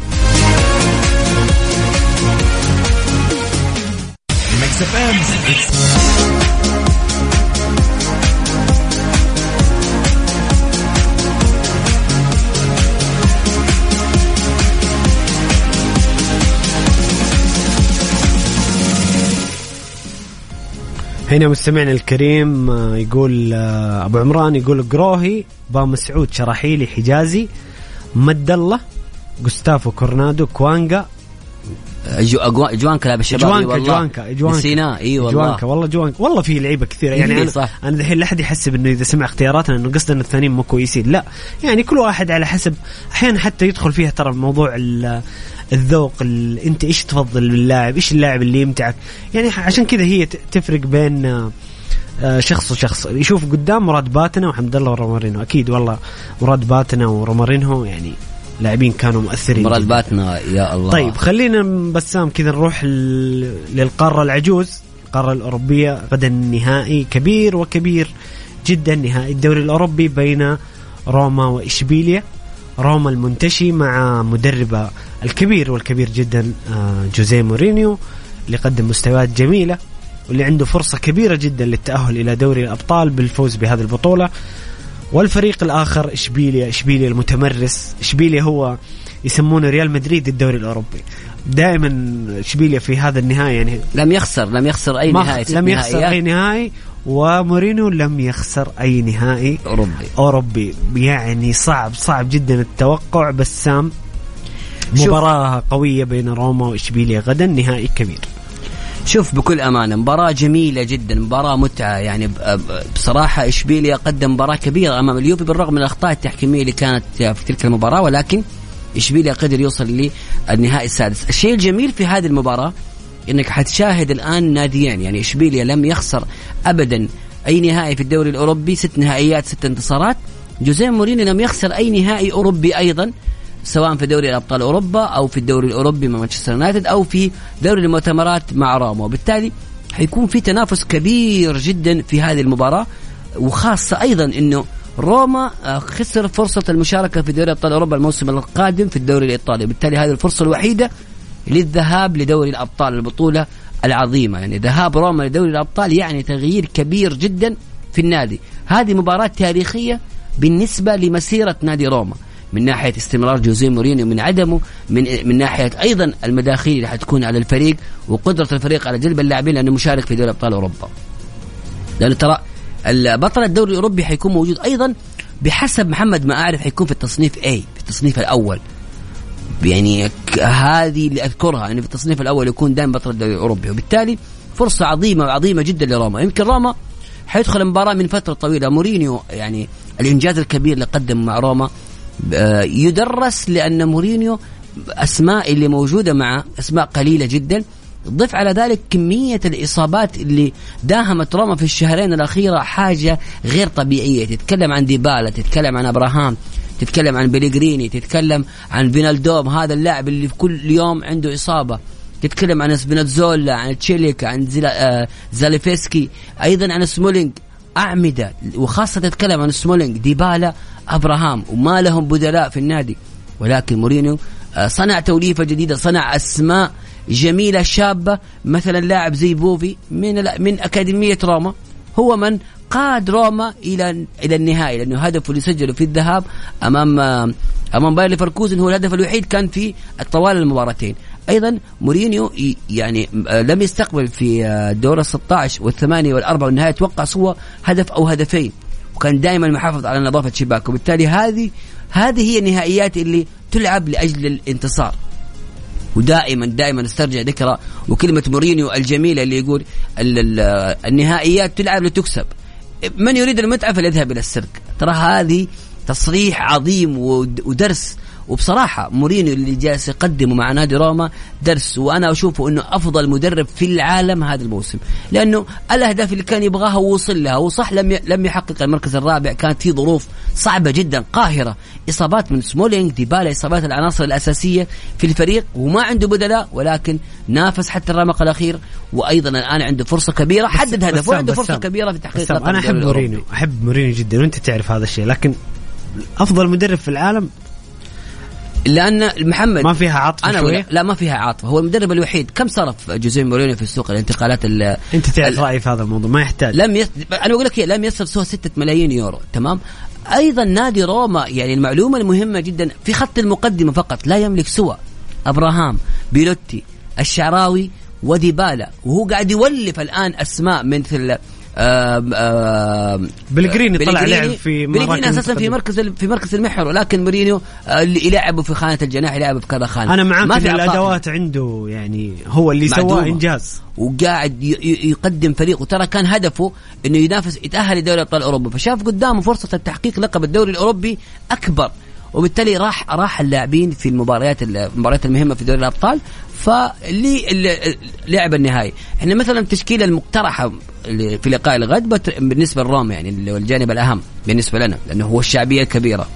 ميكس اف ام. هنا مستمعنا الكريم يقول أبو عمران يقول قروهي با مسعود شراحيلي حجازي مد الله جوستافو كورنادو كوانجا جو جوانكا لعب الشباب. جوانكا والله جوانكا جوانكا سيناء اي والله جوانكا والله جوانكا والله في لعيبه كثيره يعني انا صح. انا الحين لا احد يحسب انه اذا سمع اختياراتنا انه قصدنا الثانيين مو كويسين، لا يعني كل واحد على حسب. احيانا حتى يدخل فيها ترى موضوع الذوق، انت ايش تفضل باللاعب، ايش اللاعب اللي يمتعك، يعني عشان كذا هي تفرق بين شخص وشخص. يشوف قدام مراد باتنا وحمد الله ورومارينو، اكيد والله مراد باتنا ورومارينو يعني لاعبين كانوا مؤثرين مراد باتنا يا الله. طيب خلينا بسام كذا نروح للقارة العجوز، القارة الأوروبية. غدا نهائي كبير وكبير جدا، نهائي الدوري الأوروبي بين روما وإشبيليا. روما المنتشي مع مدربه الكبير والكبير جدا جوزيه مورينيو اللي قدم مستويات جميلة واللي عنده فرصة كبيرة جدا للتأهل إلى دوري الأبطال بالفوز بهذه البطولة. والفريق الآخر إشبيليا، إشبيليا المتمرس. إشبيليا هو يسمونه ريال مدريد الدوري الأوروبي، دائما إشبيليا في هذا النهائي يعني لم يخسر لم يخسر أي نهائي، لم يخسر أي نهائي، ومورينيو لم يخسر أي نهائي أوروبي أوروبي يعني صعب صعب جدا التوقع. بسام مباراة قوية بين روما وإشبيليا غدا، نهائي كبير. شوف بكل أمانة مباراة جميلة جدا، مباراة متعة يعني. بصراحة إشبيليا قدم مباراة كبيرة أمام اليوفي بالرغم من الأخطاء التحكيمية اللي كانت في تلك المباراة، ولكن إشبيليا قدر يوصل للنهائي السادس. الشيء الجميل في هذه المباراة إنك حتشاهد الآن ناديين، يعني إشبيليا لم يخسر أبدا أي نهائي في الدوري الأوروبي، ست نهائيات ست انتصارات. جوزيه مورينيو لم يخسر أي نهائي أوروبي أيضا، سواء في دوري الأبطال أوروبا أو في الدوري الأوروبي مع مانشستر يونايتد أو في دوري المؤتمرات مع روما. وبالتالي حيكون في تنافس كبير جدا في هذه المباراة، وخاصة أيضا أنه روما خسر فرصة المشاركة في دوري أبطال أوروبا الموسم القادم في الدوري الإيطالي، بالتالي هذه الفرصة الوحيدة للذهاب لدوري الأبطال، البطولة العظيمة. يعني ذهاب روما لدوري الأبطال يعني تغيير كبير جدا في النادي. هذه مباراة تاريخية بالنسبة لمسيرة نادي روما، من ناحية استمرار جوزيه مورينيو من عدمه، من من ناحية أيضا المداخيل اللي حتكون على الفريق وقدرة الفريق على جلب اللاعبين لأنه مشارك في دوري أبطال أوروبا. لأنه ترى البطل الدوري الأوروبي حيكون موجود أيضا بحسب محمد ما أعرف حيكون في التصنيف A، في التصنيف الأول. يعني هذه اللي أذكرها يعني في التصنيف الأول يكون دائما بطل الدوري الأوروبي، وبالتالي فرصة عظيمة وعظيمة جدا لروما. يمكن روما حيدخل المباراة من فترة طويلة. مورينيو يعني الإنجاز الكبير اللي قدم مع روما يدرس لأن مورينيو أسماء اللي موجودة مع أسماء قليلة جدا. ضف على ذلك كمية الإصابات اللي داهمت روما في الشهرين الأخيرة حاجة غير طبيعية. تتكلم عن ديبالا، تتكلم عن أبراهام، تتكلم عن بيليغريني، تتكلم عن فينالدوم هذا اللاعب اللي في كل يوم عنده إصابة، تتكلم عن سبيناتزولا، عن تشيليك، عن زلا... زاليفسكي، أيضا عن سمولينج، أعمدة. وخاصة تتكلم عن سمولينج، ديبالا، أبراهام، وما لهم بدلاء في النادي. ولكن مورينيو صنع توليفة جديدة، صنع أسماء جميلة شابة، مثلا لاعب زي بوفي من من أكاديمية روما هو من قاد روما إلى إلى النهائي، لأنه هدفه اللي سجله في الذهاب أمام أمام باير ليفركوزن هو الهدف الوحيد كان في طوال المباراتين. أيضا مورينيو يعني لم يستقبل في دور الستة عشر والثمانية والأربعة والنهاية توقع سوى هدف أو هدفين، وكان دائما محافظ على نظافة شباكه. وبالتالي هذه هذه هي النهائيات اللي تلعب لأجل الانتصار. ودائما دائما استرجع ذكرى وكلمة مورينيو الجميلة اللي يقول النهائيات تلعب لتكسب، من يريد المتعة فليذهب إلى السيرك. ترى هذه تصريح عظيم ودرس وبصراحة مورينيو اللي جالس يقدمه مع نادي روما درس، وأنا أشوفه أنه أفضل مدرب في العالم هذا الموسم، لأنه الأهداف اللي كان يبغاها ووصل لها، وصح لم لم يحقق المركز الرابع، كانت في ظروف صعبة جدا قاهرة، إصابات من سمولينج، ديبالا، إصابات العناصر الأساسية في الفريق، وما عنده بدلاء، ولكن نافس حتى الرمق الأخير، وأيضا الآن عنده فرصة كبيرة، حدد هدف وعنده فرصة كبيرة في تحقيق لقب. أنا أحب مورينيو، أحب مورينيو جدا، وأنت تعرف هذا الشيء، لكن أفضل مدرب في العالم لأن محمد ما فيها عاطفة أنا شوية. لا ما فيها عاطفة، هو المدرب الوحيد. كم صرف جوزيه مورينيو في السوق الانتقالات؟ أنت تعرف رأيي في هذا الموضوع، ما يحتاج. لم يس... أنا أقول لك لم يصرف سوى ستة ملايين يورو، تمام. أيضا نادي روما، يعني المعلومة المهمة جدا في خط المقدمة فقط لا يملك سوى أبراهام، بيلوتي، الشعراوي وديبالا، وهو قاعد يولف الآن أسماء مثل آه آه بلغريني طلع لعب في بلغريني أساسا في مركز في مركز المحور، ولكن مورينيو اللي يلعبه في خانة الجناح، يلعبه في كذا خانة. أنا معاك في الأدوات عنده، يعني هو اللي سواه إنجاز، وقاعد يقدم فريق، وترى كان هدفه إنه ينافس يتأهل لدوري أبطال أوروبا، فشاف قدامه فرصة التحقيق لقب الدوري الأوروبي أكبر، وبالتالي راح راح اللاعبين في المباريات المباريات المهمة في دوري الأبطال، فاللي لعب النهائي. احنا مثلا التشكيلة المقترحة في لقاء الغد بالنسبة لروما، يعني الجانب الأهم بالنسبة لنا لأنه هو الشعبية الكبيرة.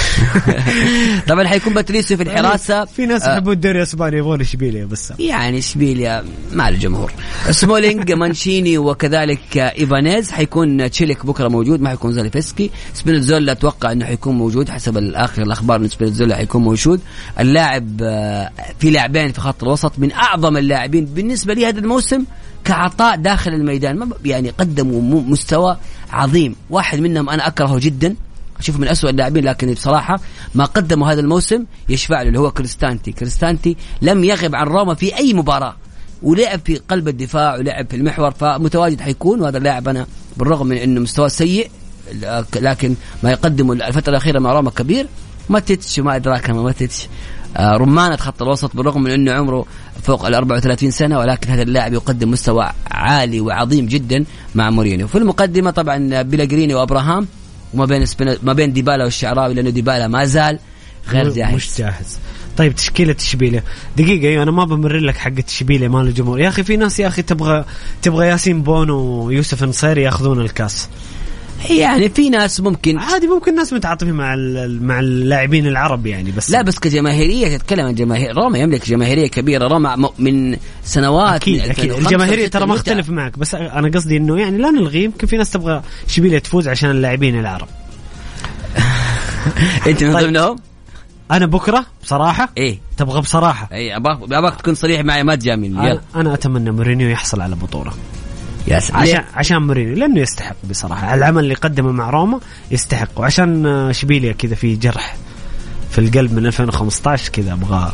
طبعا حيكون باتريسيو في الحراسة. في ناس يحبون الدوري الاسباني يبغون اشبيليا، بس يعني اشبيليا مع الجمهور. سمولينج، مانشيني، وكذلك ايفانيز. حيكون تشيليك بكره موجود، ما حيكون زاليفسكي. سبينوزولا اتوقع انه حيكون موجود حسب الاخر الاخبار ان سبينوزولا حيكون موجود. اللاعب في لاعبين في خط الوسط من اعظم اللاعبين بالنسبه لي هذا الموسم كعطاء داخل الميدان، يعني قدموا مستوى عظيم. واحد منهم انا اكرهه جدا، أشوفه من أسوأ اللاعبين، لكن بصراحة ما قدموا هذا الموسم يشفع له، اللي هو كريستانتي. كريستانتي لم يغب عن روما في أي مباراة، ولعب في قلب الدفاع ولعب في المحور، فمتواجد حيكون. وهذا اللاعب أنا بالرغم من أنه مستوى سيء، لكن ما يقدمه الفترة الأخيرة مع روما كبير. ماتيتش ما أدراك ما ماتيتش، رمانة خط الوسط، بالرغم من أنه عمره فوق الأربعة وثلاثين سنة، ولكن هذا اللاعب يقدم مستوى عالي وعظيم جدا مع مورينيو. في المقدمة طبعا بيلغريني وأبراهام، وما بين ما بين ديبالا والشعراوي، لأنه ديبالا ما زال غير جاهز، مش جاهز. طيب تشكيلة إشبيلية دقيقة، أيوة أنا ما بمرر لك حق إشبيلية مال الجمهور يا أخي. في ناس يا أخي تبغى تبغى ياسين بونو ويوسف نصيري يأخذون الكاس، يعني في ناس ممكن عادي، ممكن ناس متعاطفين مع مع اللاعبين العرب يعني، بس لا بس كجماهيرية تتكلم عن جماهير روما، يملك جماهيرية كبيرة روما من سنوات. أكيد أكيد الجماهيرية ترى ما اختلف معك، بس أنا قصدي إنه يعني لا نلغي، يمكن في ناس تبغى إشبيلية تفوز عشان اللاعبين العرب. أنت من ضمنهم؟ أنا بكرة بصراحة إيه تبغى بصراحة إيه أباك أباك تكون صريح معي، ما تجامل. أنا, أنا أتمنى مورينيو يحصل على بطولة عشان عشان مورينيو، لأنه يستحق بصراحة العمل اللي قدمه مع روما يستحق، وعشان إشبيلية كذا في جرح في القلب من ألفين وخمسة عشر كذا أبغى.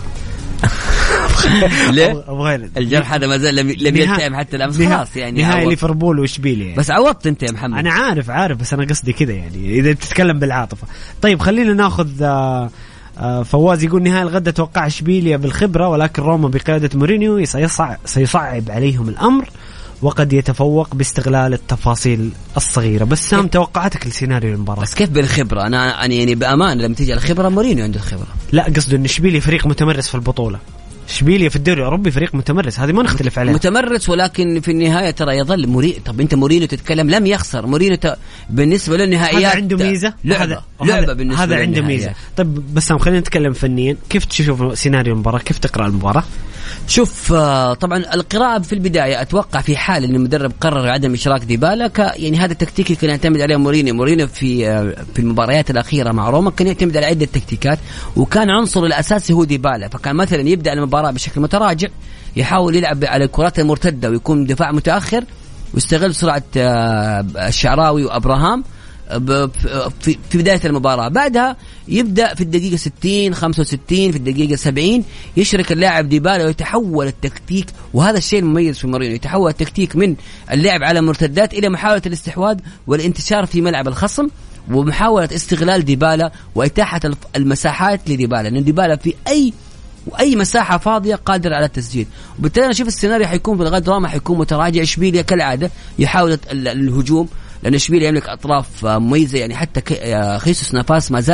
ليه؟ الجرح هذا ما زال لم يلتئم حتى الأمس، خلاص يعني نهاية ليفربول وإشبيلية يعني. بس عوضت أنت يا محمد. أنا عارف عارف بس أنا قصدي كذا يعني إذا بتتكلم بالعاطفة. طيب خلينا ناخذ آه آه فواز يقول نهاية الغد توقع إشبيلية بالخبرة، ولكن روما بقيادة مورينيو سيصعب, سيصعب عليهم الأمر، وقد يتفوق باستغلال التفاصيل الصغيرة. بس سام توقعاتك لسيناريو المباراة؟ بس كيف بالخبرة؟ أنا أنا يعني بأمان لما تيجي الخبرة مورينيو عنده الخبرة. لا قصده إن إشبيلية فريق متمرس في البطولة، إشبيلية في الدوري الأوروبي فريق متمرس، هذه ما نختلف عليها، متمرس، ولكن في النهاية ترى يظل مورينيو. طب أنت مورينيو تتكلم لم يخسر مورينيو ت... بالنسبة للنهائيات هذا عنده ميزة، لعبة لعبة بالنسبة هذا عنده ميزة. طيب بس خلينا نتكلم فنيا، كيف تشوف سيناريو المباراة؟ كيف تقرأ المباراة؟ شوف طبعا القراءة في البداية أتوقع في حال أن المدرب قرر عدم إشراك ديبالا، ك يعني هذا التكتيك كان يعتمد عليه مورينيو. مورينيو في في المباريات الأخيرة مع روما كان يعتمد على عدة تكتيكات، وكان عنصر الأساسي هو ديبالا. فكان مثلا يبدأ المباراة بشكل متراجع، يحاول يلعب على الكرات المرتدة ويكون دفاع متأخر، ويستغل سرعة الشعراوي وأبراهام في بداية المباراة. بعدها يبدأ في الدقيقة ستين خمسة وستين في الدقيقة سبعين يشرك اللاعب ديبالا، ويتحول التكتيك، وهذا الشيء المميز في مورينيو، يتحول التكتيك من اللعب على مرتدات إلى محاولة الاستحواذ والانتشار في ملعب الخصم، ومحاولة استغلال ديبالا وإتاحة المساحات لديبالا، لأن ديبالا في أي وأي مساحة فاضية قادر على التسجيل. وبالتالي أنا شوف السيناريو حيكون في الغد روما حيكون متراجع، إشبيلية كالعادة يحاول الهجوم، لأن إشبيلية يملك أطراف مميزة، يعني حتى خيسوس نافاس ما زال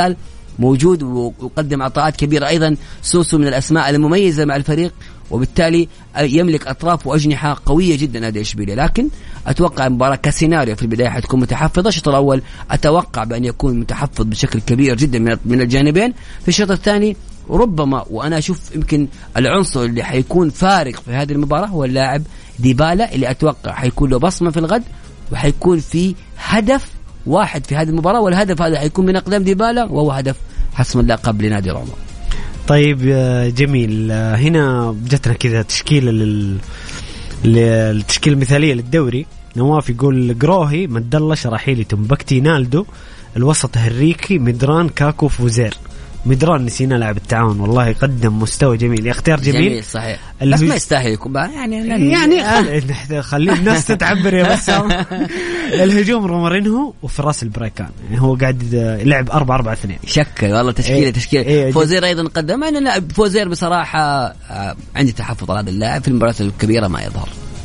موجود ويقدم عطاءات كبيرة. أيضا سوسو من الأسماء المميزة مع الفريق، وبالتالي يملك أطراف وأجنحة قوية جدا نادي إشبيلية. لكن أتوقع المباراة كسيناريو في البداية حتكون متحفظة. الشوط الأول أتوقع بأن يكون متحفظ بشكل كبير جدا من الجانبين. في الشوط الثاني ربما، وأنا أشوف يمكن العنصر اللي حيكون فارق في هذه المباراة هو اللاعب ديبالا، اللي أتوقع حيكون له بصمة في الغد، وحيكون في هدف واحد في هذه المباراة، والهدف هذا حيكون من أقدام ديبالا، وهو هدف حسم اللقب لنادي روما. طيب جميل، هنا جتنا كذا تشكيلة لل... للتشكيلة المثالية للدوري. نواف يقول قروهي، مدلة، شراحيلي، تنبكتي، نالدو، الوسط هريكي، مدران، كاكو، فوزير. مدران نسينا لاعب التعاون، والله قدم مستوى جميل، اختيار جميل, جميل صحيح، بس ما يستاهل يكون يعني يعني خل... خلي الناس تتعبر يا بسام. الهجوم رومارينهو وفراس البريكان، يعني هو قاعد لعب أربعة أربعة اثنين، شكل والله تشكيلة إيه تشكيلة إيه فوزير أيضا قدم. أنا لاعب فوزير بصراحة عندي تحفظ على هذا اللاعب، في المباريات الكبيرة ما يظهر.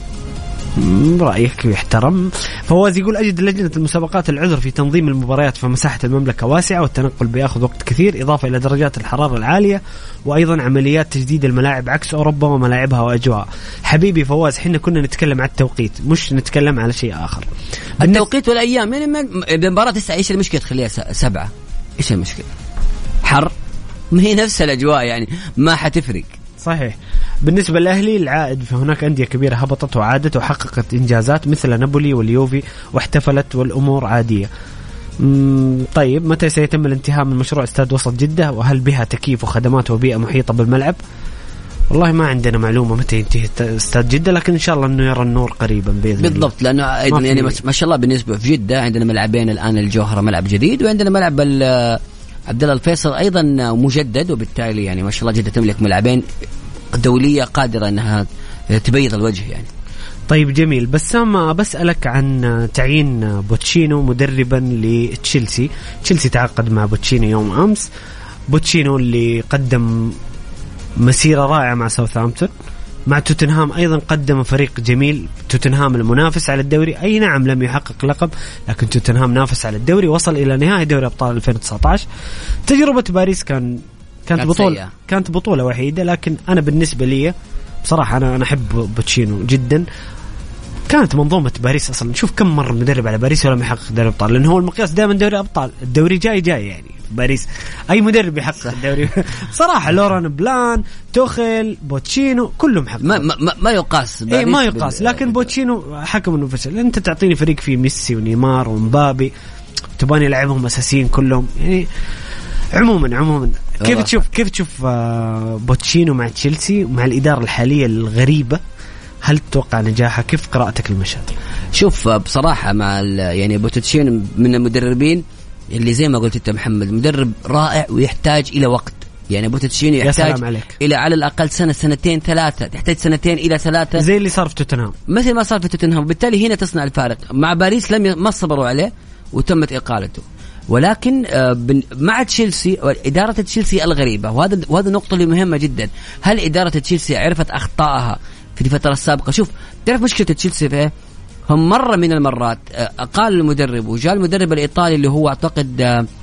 رأيك يحترم. فواز يقول أجد لجنة المسابقات العذر في تنظيم المباريات، فمساحة المملكة واسعة والتنقل بياخذ وقت كثير، إضافة إلى درجات الحرارة العالية، وأيضا عمليات تجديد الملاعب عكس أوروبا وملاعبها وأجواء. حبيبي فواز، حنا كنا نتكلم على التوقيت مش نتكلم على شيء آخر. التوقيت والأيام، يعني المباراة تسعة، إيش المشكلة تخليها سبعة؟ إيش المشكلة؟ حر، ما هي نفس الأجواء، يعني ما حتفرق. صحيح. بالنسبة للأهلي العائد، فهناك أندية كبيرة هبطت وعادت وحققت إنجازات مثل نابولي واليوفي واحتفلت والأمور عادية. طيب متى سيتم الانتهاء من مشروع استاد وسط جدة، وهل بها تكييف وخدمات وبيئة محيطة بالملعب؟ والله ما عندنا معلومة متى ينتهي استاد جدة، لكن إن شاء الله إنه يرى النور قريبا بإذن الله. بالضبط، لأنه أيضا يعني ما شاء الله بالنسبة في جدة عندنا ملعبين الآن، الجوهرة ملعب جديد، وعندنا ملعب عبد الله الفيصل أيضا مجدد، وبالتالي يعني ما شاء الله جدة تملك ملعبين دولية قادرة أنها تبيض الوجه يعني. طيب جميل. بسام بسألك عن تعيين بوتشينو مدربا لتشيلسي. تشيلسي تعاقد مع بوتشينو يوم أمس. بوتشينو اللي قدم مسيرة رائعة مع ساوثهامبتون، مع توتنهام أيضا قدم فريق جميل. توتنهام المنافس على الدوري، أي نعم لم يحقق لقب، لكن توتنهام نافس على الدوري، وصل إلى نهائي دوري أبطال ألفين وتسعة عشر. تجربة باريس كان كانت بطولة سيئة. كانت بطولة وحيدة، لكن أنا بالنسبة لي بصراحة أنا أنا أحب بوتشينو جدا. كانت منظومة باريس أصلا، نشوف كم مرة مدرب على باريس ولم يحقق دوري أبطال، لأن هو المقياس دائما دوري أبطال، الدوري جاي جاي يعني باريس أي مدرب يحقق الدوري. صراحة لوران بلان، توخيل، بوتشينو كلهم حقق. ما ما ما يقاس إيه ما يقاس، لكن بوتشينو حكم إنه فشل. أنت تعطيني فريق فيه ميسي ونيمار ومبابي، تباني لعبهم أساسيين كلهم يعني. عموما عموما كيف تشوف كيف تشوف بوتشينو مع تشيلسي ومع الإدارة الحالية الغريبة؟ هل تتوقع نجاحه؟ كيف قراءتك للمشهد؟ شوف بصراحة مع يعني بوتشينو من المدربين اللي زي ما قلت انت محمد، مدرب رائع ويحتاج إلى وقت. يعني بوتشينو يحتاج إلى على الأقل سنة سنتين ثلاثة، تحتاج سنتين إلى ثلاثة، زي اللي صار في توتنهام، مثل ما صار في توتنهام. بالتالي هنا تصنع الفارق. مع باريس لم ما صبروا عليه وتمت إقالته، ولكن مع تشيلسي إدارة تشيلسي الغريبة، وهذا وهذا النقطة اللي مهمة جدا. هل إدارة تشيلسي عرفت أخطائها في الفترة السابقة؟ شوف تعرف مشكلة تشيلسي فيه، هم مرة من المرات أقال المدرب وجاء المدرب الإيطالي اللي هو أعتقد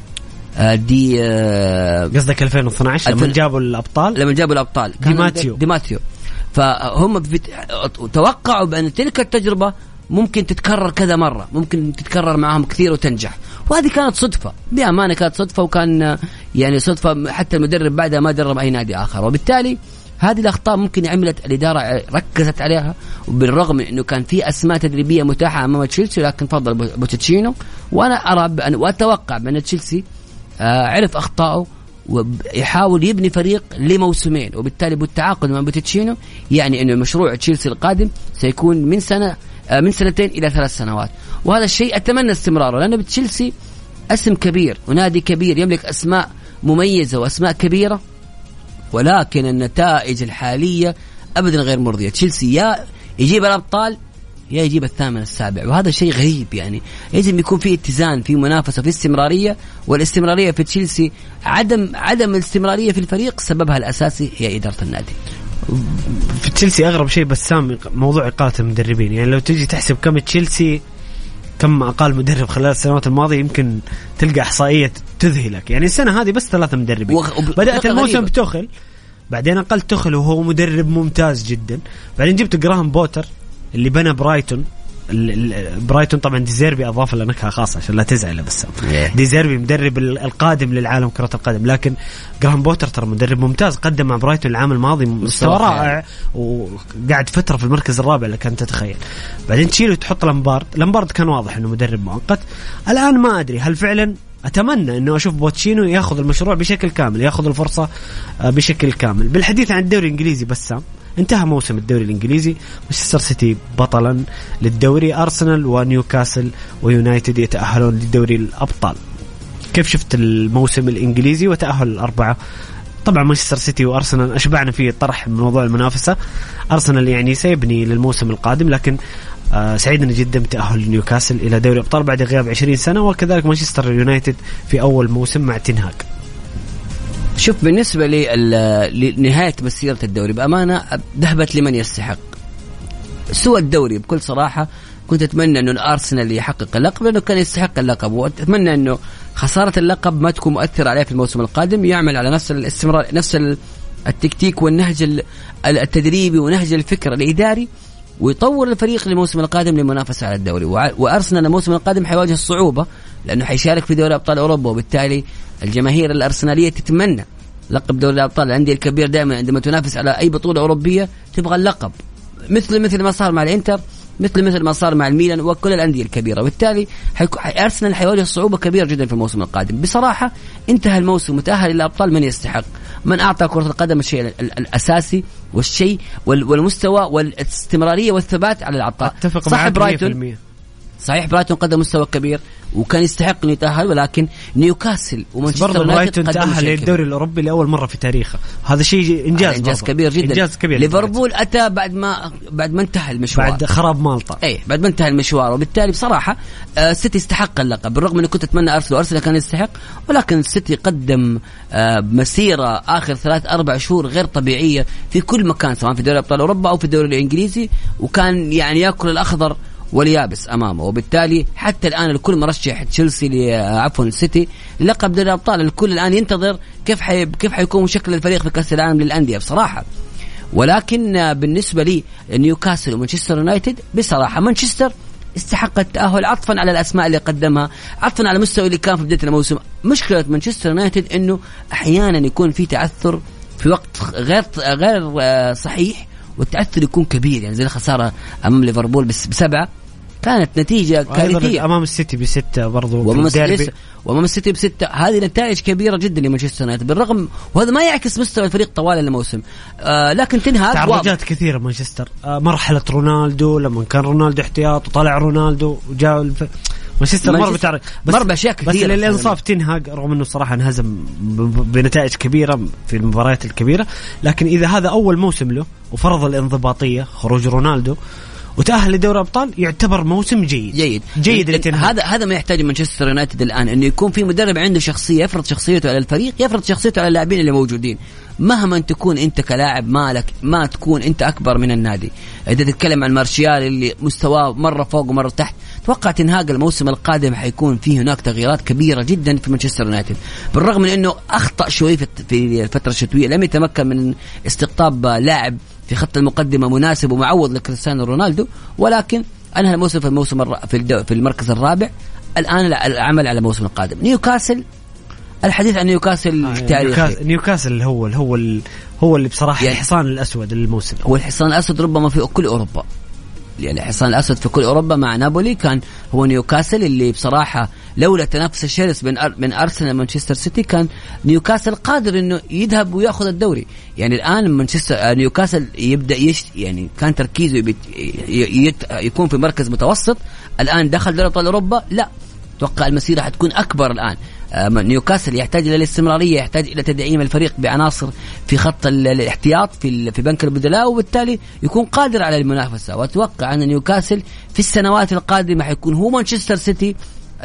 دي قصدك ألفين واثناشر لما جابوا الأبطال، لما جابوا الأبطال ديماتيو ديماتيو فهم توقعوا بأن تلك التجربة ممكن تتكرر كذا مرة، ممكن تتكرر معهم كثير وتنجح، وهذه كانت صدفة بأمانة، كانت صدفة، وكان يعني صدفة حتى المدرب بعدها ما درب أي نادي آخر. وبالتالي هذه الأخطاء ممكن عملت الإدارة ركزت عليها، وبالرغم من أنه كان في أسماء تدريبية متاحة أمام تشيلسي، لكن فضل بوتشينو. وأنا أرى بأن وأتوقع بأن تشيلسي عرف أخطائه ويحاول يبني فريق لموسمين، وبالتالي بالتعاقد مع بوتشينو يعني أنه مشروع تشيلسي القادم سيكون من سنة من سنتين إلى ثلاث سنوات، وهذا الشيء أتمنى استمراره، لأن تشيلسي اسم كبير ونادي كبير يملك أسماء مميزة وأسماء كبيرة، ولكن النتائج الحالية أبدا غير مرضية. تشيلسي يا يجيب الأبطال يا يجيب الثامن السابع، وهذا شيء غريب. يعني يجب يكون في اتزان، في منافسة، في استمرارية، والاستمرارية في تشيلسي عدم عدم الاستمرارية في الفريق سببها الأساسي هي إدارة النادي. في تشيلسي أغرب شيء بسام موضوع إقالة المدربين. يعني لو تجي تحسب كم تشيلسي كم أقال مدرب خلال السنوات الماضية يمكن تلقى إحصائية تذهلك. يعني السنة هذه بس ثلاثة مدربين وغ... بدأت الموسم بتوخل، بعدين أقل تخل وهو مدرب ممتاز جدا، بعدين جبت جراهام بوتر اللي بنى برايتون. برايتون طبعا ديزيربي أضاف له نكهة خاصة عشان لا تزعل، بس ديزيربي مدرب القادم للعالم كرة القدم، لكن جراهام بوتر ترى مدرب ممتاز، قدم مع برايتون العام الماضي مستوى رائع وقعد فترة في المركز الرابع اللي كانت تتخيل. بعدين تشيله وتحط لامبارد. لامبارد كان واضح انه مدرب مؤقت. الآن ما أدري هل فعلا، أتمنى أنه أشوف بوتشينو يأخذ المشروع بشكل كامل، يأخذ الفرصة بشكل كامل. بالحديث عن الدوري الإنجليزي بس، انتهى موسم الدوري الإنجليزي، مانشستر سيتي بطلا للدوري، أرسنال ونيوكاسل ويونايتد يتأهلون للدوري الأبطال. كيف شفت الموسم الإنجليزي وتأهل الأربعة؟ طبعا مانشستر سيتي وأرسنال أشبعنا فيه طرح من موضوع المنافسة. أرسنال يعني سيبني للموسم القادم، لكن آه سعيدنا جدا بتأهل نيوكاسل إلى دوري الأبطال بعد غياب عشرين سنة، وكذلك مانشستر يونايتد في أول موسم مع تنهاج. شوف بالنسبة لنهاية مسيرة الدوري بأمانة ذهبت لمن يستحق سوى الدوري. بكل صراحة كنت أتمنى أنه الأرسنال يحقق اللقب لأنه كان يستحق اللقب، وأتمنى أنه خسارة اللقب ما تكون مؤثرة عليه في الموسم القادم، يعمل على نفس الاستمرار، نفس التكتيك والنهج التدريبي ونهج الفكر الإداري، ويطور الفريق للموسم القادم للمنافسة على الدوري. وأرسنال الموسم القادم حيواجه الصعوبة لأنه حيشارك في دوري أبطال أوروبا، وبالتالي الجماهير الأرسنالية تتمنى لقب دوري الأبطال. الأندية الكبير دائما عندما تنافس على أي بطولة أوروبية تبغى اللقب، مثل مثل ما صار مع الإنتر، مثل مثل ما صار مع الميلان وكل الأندية الكبيرة. وبالتالي أرسنال حيواجه صعوبة كبيرة جدا في الموسم القادم. بصراحة انتهى الموسم متأهل إلى الأبطال من يستحق، من أعطى كرة القدم الشيء الأساسي والشيء والمستوى والاستمرارية والثبات على العطاء. صح برايتون، صحيح برايتون قدم مستوى كبير وكان يستحق أن يتأهل، ولكن نيوكاسل ومانشستر يونايتد تأهل للدوري الأوروبي لأول مرة في تاريخه، هذا شيء إنجاز إنجاز كبير جدا. إنجاز كبير. ليفربول أتى بعد ما بعد ما انتهى المشوار، بعد خراب مالطا، أي بعد ما انتهى المشوار، وبالتالي بصراحة آه سيتي استحق اللقب، بالرغم أني كنت أتمنى أرسنال وأرسنال كان يستحق، ولكن السيتي قدم آه مسيرة آخر ثلاث أربع شهور غير طبيعية في كل مكان، سواء في دوري أبطال أوروبا أو في الدوري الإنجليزي، وكان يعني يأكل الأخضر واليابس أمامه. وبالتالي حتى الآن الكل مرشح تشيلسي عفوا السيتي لقب دوري الأبطال، الكل الآن ينتظر كيف حي... كيف حيكون شكل الفريق في كأس العالم للأندية بصراحة. ولكن بالنسبة لي نيوكاسل ومانشستر يونايتد، بصراحة مانشستر استحق التأهل عطفا على الأسماء اللي قدمها، عطفا على المستوى اللي كان في بداية الموسم. مشكلة مانشستر يونايتد إنه أحيانا يكون في تعثر في وقت غير غير صحيح، والتعثر يكون كبير، يعني زي الخسارة أمام ليفربول بسبعة كانت نتيجة كارثية، أمام السيتي بستة برضو، وأمام السيتي بستة. هذه نتائج كبيرة جدا لمانشستر يونايتد، بالرغم وهذا ما يعكس مستوى الفريق طوال الموسم. آه لكن تنهاج تعرضات كثيرة مانشستر. آه مرحلة رونالدو لما كان رونالدو احتياط وطلع رونالدو وجاء الف... مانشستر مر بتعرض مر بأشياء كثيرة، بس للإنصاف تنهاج رغم أنه صراحة انهزم بنتائج كبيرة في المباريات الكبيرة، لكن إذا هذا أول موسم له وفرض الانضباطية خروج رونالدو وتأهل لدوري أبطال، يعتبر موسم جيد جيد جيد. هذا هذا ما يحتاج مانشستر يونايتد الآن، إنه يكون في مدرب عنده شخصية، يفرض شخصيته على الفريق، يفرض شخصيته على اللاعبين اللي موجودين. مهما تكون أنت كلاعب مالك ما تكون أنت أكبر من النادي. إذا تتكلم عن مارشيال اللي مستواه مرة فوق ومرة تحت، توقع تنهاج الموسم القادم حيكون فيه هناك تغييرات كبيرة جدا في مانشستر يونايتد، بالرغم من أنه أخطأ شوي في الفترة الشتوية، لم يتمكن من استقطاب لاعب في خط المقدمة مناسب ومعوض لكريستيانو رونالدو، ولكن أنهى الموسم في الموسم في في المركز الرابع. الآن العمل على الموسم القادم. نيوكاسل، الحديث عن نيوكاسل آه تاريخي. نيوكاسل هو هو هو اللي بصراحة يعني الحصان الأسود للموسم، هو الحصان الأسود ربما في كل أوروبا، يعني الحصان الأسود في كل أوروبا مع نابولي كان هو نيوكاسل، اللي بصراحة لولا تنافس الشرس بين بين أرسنال ومانشستر سيتي كان نيوكاسل قادر إنه يذهب ويأخذ الدوري. يعني الآن مانشستر نيوكاسل يبدأ يش يعني كان تركيزه يبت يت يكون في مركز متوسط، الآن دخل دوري أبطال أوروبا، لا توقع المسيرة حتكون أكبر الآن. نيوكاسل يحتاج إلى الاستمرارية، يحتاج إلى تدعيم الفريق بعناصر في خط الاحتياط في في بنك البدلاء، وبالتالي يكون قادر على المنافسة. وأتوقع أن نيوكاسل في السنوات القادمة حيكون هو مانشستر سيتي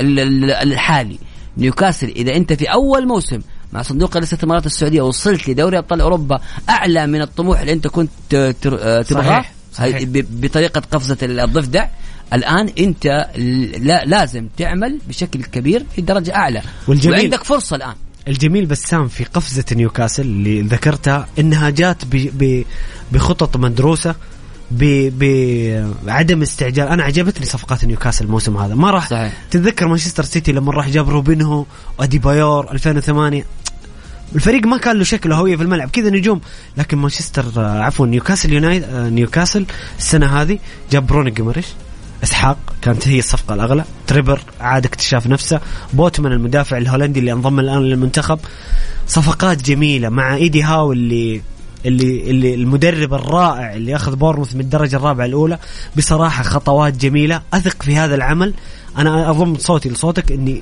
الحالي. نيوكاسل إذا أنت في أول موسم مع صندوق الاستثمارات السعودية وصلت لدوري أبطال أوروبا أعلى من الطموح اللي أنت كنت تبغاه بطريقة قفزة الضفدع، الآن أنت لا لازم تعمل بشكل كبير في درجة أعلى، والجميل وعندك فرصة الآن. الجميل بسام في قفزة نيوكاسل اللي ذكرتها إنها جات بخطط مدروسة، بعدم استعجال. أنا عجبتني صفقات نيوكاسل الموسم هذا، ما راح صحيح. تتذكر مانشستر سيتي لما راح جاب روبينهو وأديبايور ألفين وثمانية، الفريق ما كان له شكل هوية في الملعب كذا نجوم، لكن مانشستر عفوا نيوكاسل يونايتد نيوكاسل السنة هذه جاب بروني جيماريش، إسحاق كانت هي الصفقة الأغلى، تريبر عاد اكتشاف نفسه، بوتمان المدافع الهولندي اللي انضم الآن للمنتخب. صفقات جميلة مع إيدي هاو اللي اللي اللي المدرب الرائع اللي أخذ بورنموث من الدرجة الرابعة الأولى. بصراحة خطوات جميلة، أثق في هذا العمل. أنا أضم صوتي لصوتك إني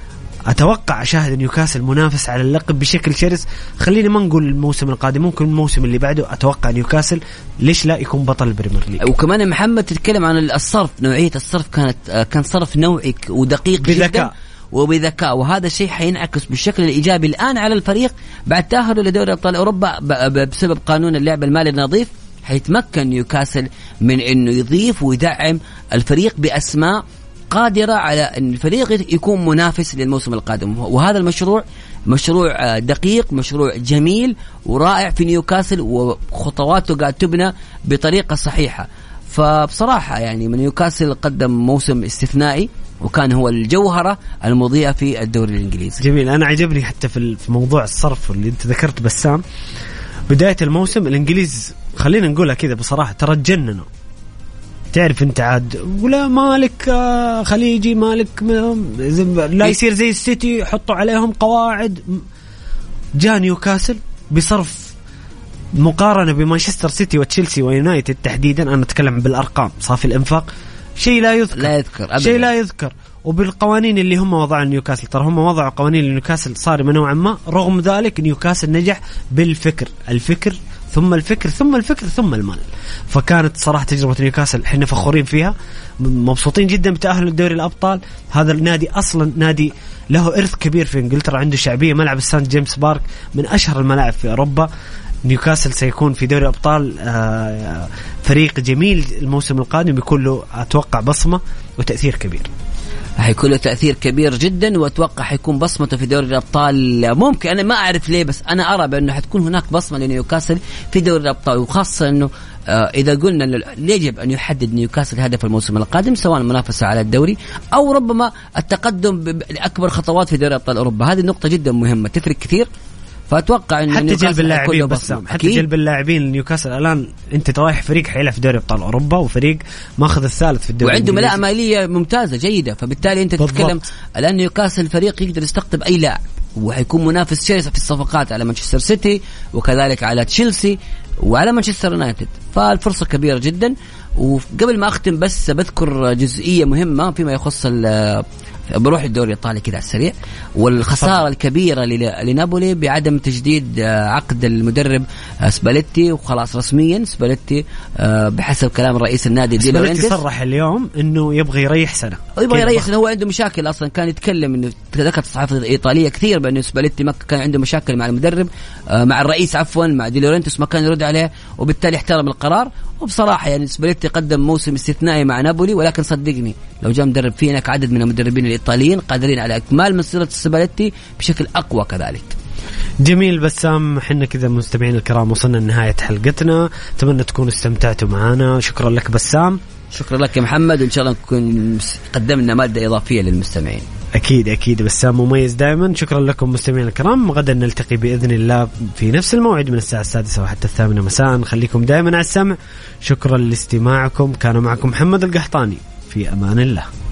أتوقع أشاهد نيوكاسل منافس على اللقب بشكل شرس. خليني ما نقول الموسم القادم، ممكن الموسم اللي بعده أتوقع نيوكاسل ليش لا يكون بطل البريمير ليج. وكمان محمد تتكلم عن الصرف، نوعية الصرف كانت كان صرف نوعي ودقيق بذكاء جدا وبذكاء، وهذا الشيء حينعكس بالشكل الإيجابي الآن على الفريق بعد تأهله لدوري أبطال أوروبا بسبب قانون اللعب المالي النظيف. حيتمكن نيوكاسل من إنه يضيف ويدعم الفريق بأسماء قادرة على أن الفريق يكون منافس للموسم القادم. وهذا المشروع مشروع دقيق، مشروع جميل ورائع في نيوكاسل، وخطواته قاعد تبنى بطريقة صحيحة. فبصراحة يعني من نيوكاسل قدم موسم استثنائي، وكان هو الجوهرة المضيئة في الدوري الإنجليزي. جميل. أنا عجبني حتى في موضوع الصرف اللي أنت ذكرت بسام، بداية الموسم الإنجليز خلينا نقولها كذا بصراحة ترى تجننوا. تعرف انت عاد ولا مالك خليجي مالك لا يصير زي السيتي يحطوا عليهم قواعد. جاء نيوكاسل بصرف مقارنة بمانشستر سيتي وتشيلسي ويونايتد تحديدا، أنا أتكلم بالأرقام صافي الإنفاق شيء لا يذكر، لا يذكر شيء لا يذكر. وبالقوانين اللي هم وضعوا نيوكاسل، ترى هم وضعوا قوانين لنيوكاسل صارمة نوعا ما، رغم ذلك نيوكاسل نجح بالفكر، الفكر ثم الفكر ثم الفكر ثم المال. فكانت صراحة تجربة نيوكاسل احنا فخورين فيها، مبسوطين جدا بتأهل الدوري الأبطال. هذا النادي أصلا نادي له إرث كبير في إنجلترا، عنده شعبية، ملعب سانت جيمس بارك من أشهر الملاعب في أوروبا. نيوكاسل سيكون في دوري أبطال فريق جميل الموسم القادم، يكون له أتوقع بصمة وتأثير كبير. هيكون له تأثير كبير جدا، وأتوقع حيكون بصمته في دوري الأبطال. ممكن أنا ما أعرف ليه، بس أنا أرى بأنه حتكون هناك بصمة لنيوكاسل في دوري الأبطال، وخاصة أنه آه إذا قلنا أنه يجب أن يحدد نيوكاسل هدف الموسم القادم، سواء المنافسة على الدوري أو ربما التقدم لأكبر خطوات في دوري أبطال أوروبا. هذه النقطة جدا مهمة تفرق كثير. فأتوقع إنه حتى جلب اللاعبين بس حتى جلب اللاعبين نيوكاسل الآن أنت رايح فريق حيلعب في دوري أبطال أوروبا، وفريق ماخذ الثالث في الدوري، وعنده ملاءة مالية ممتازة جيدة. فبالتالي أنت تتكلم الآن نيوكاسل فريق يقدر يستقطب أي لاعب، وحيكون منافس شرس في الصفقات على مانشستر سيتي وكذلك على تشيلسي وعلى مانشستر يونايتد. فالفرصة كبيرة جدا. وقبل ما أختم بس بذكر جزئية مهمة فيما يخص بروح الدوري الإيطالي كده على السريع، والخسارة الكبيرة لنابولي بعدم تجديد عقد المدرب سباليتي. وخلاص رسميا سباليتي بحسب كلام رئيس النادي دي لورنتس صرح اليوم انه يبغى يريح سنة، يبغى يريح سنة. هو عنده مشاكل اصلا، كان يتكلم انه ذكرت الصحافة الإيطالية كثير بأنه سباليتي ما كان عنده مشاكل مع المدرب مع الرئيس عفوا مع دي لورنتس، ما كان يرد عليه، وبالتالي احترم القرار. وبصراحة يعني سباليتي قدم موسم استثنائي مع نابولي، ولكن صدقني لو جاء مدرب فينك عدد من المدربين الإيطاليين قادرين على إكمال مسيرة سباليتي بشكل أقوى كذلك. جميل بسام، حنا كذا مستمعين الكرام وصلنا لنهاية حلقتنا، أتمنى تكونوا استمتعتوا معنا. شكرا لك بسام. شكرا لك يا محمد، وإن شاء الله نكون قدمنا مادة إضافية للمستمعين. أكيد أكيد بسام مميز دائما. شكرا لكم مستمعين الكرام، غدا نلتقي بإذن الله في نفس الموعد من الساعة السادسة وحتى الثامنة مساء. خليكم دائما على السمع. شكرا لاستماعكم، كان معكم محمد القحطاني، في أمان الله.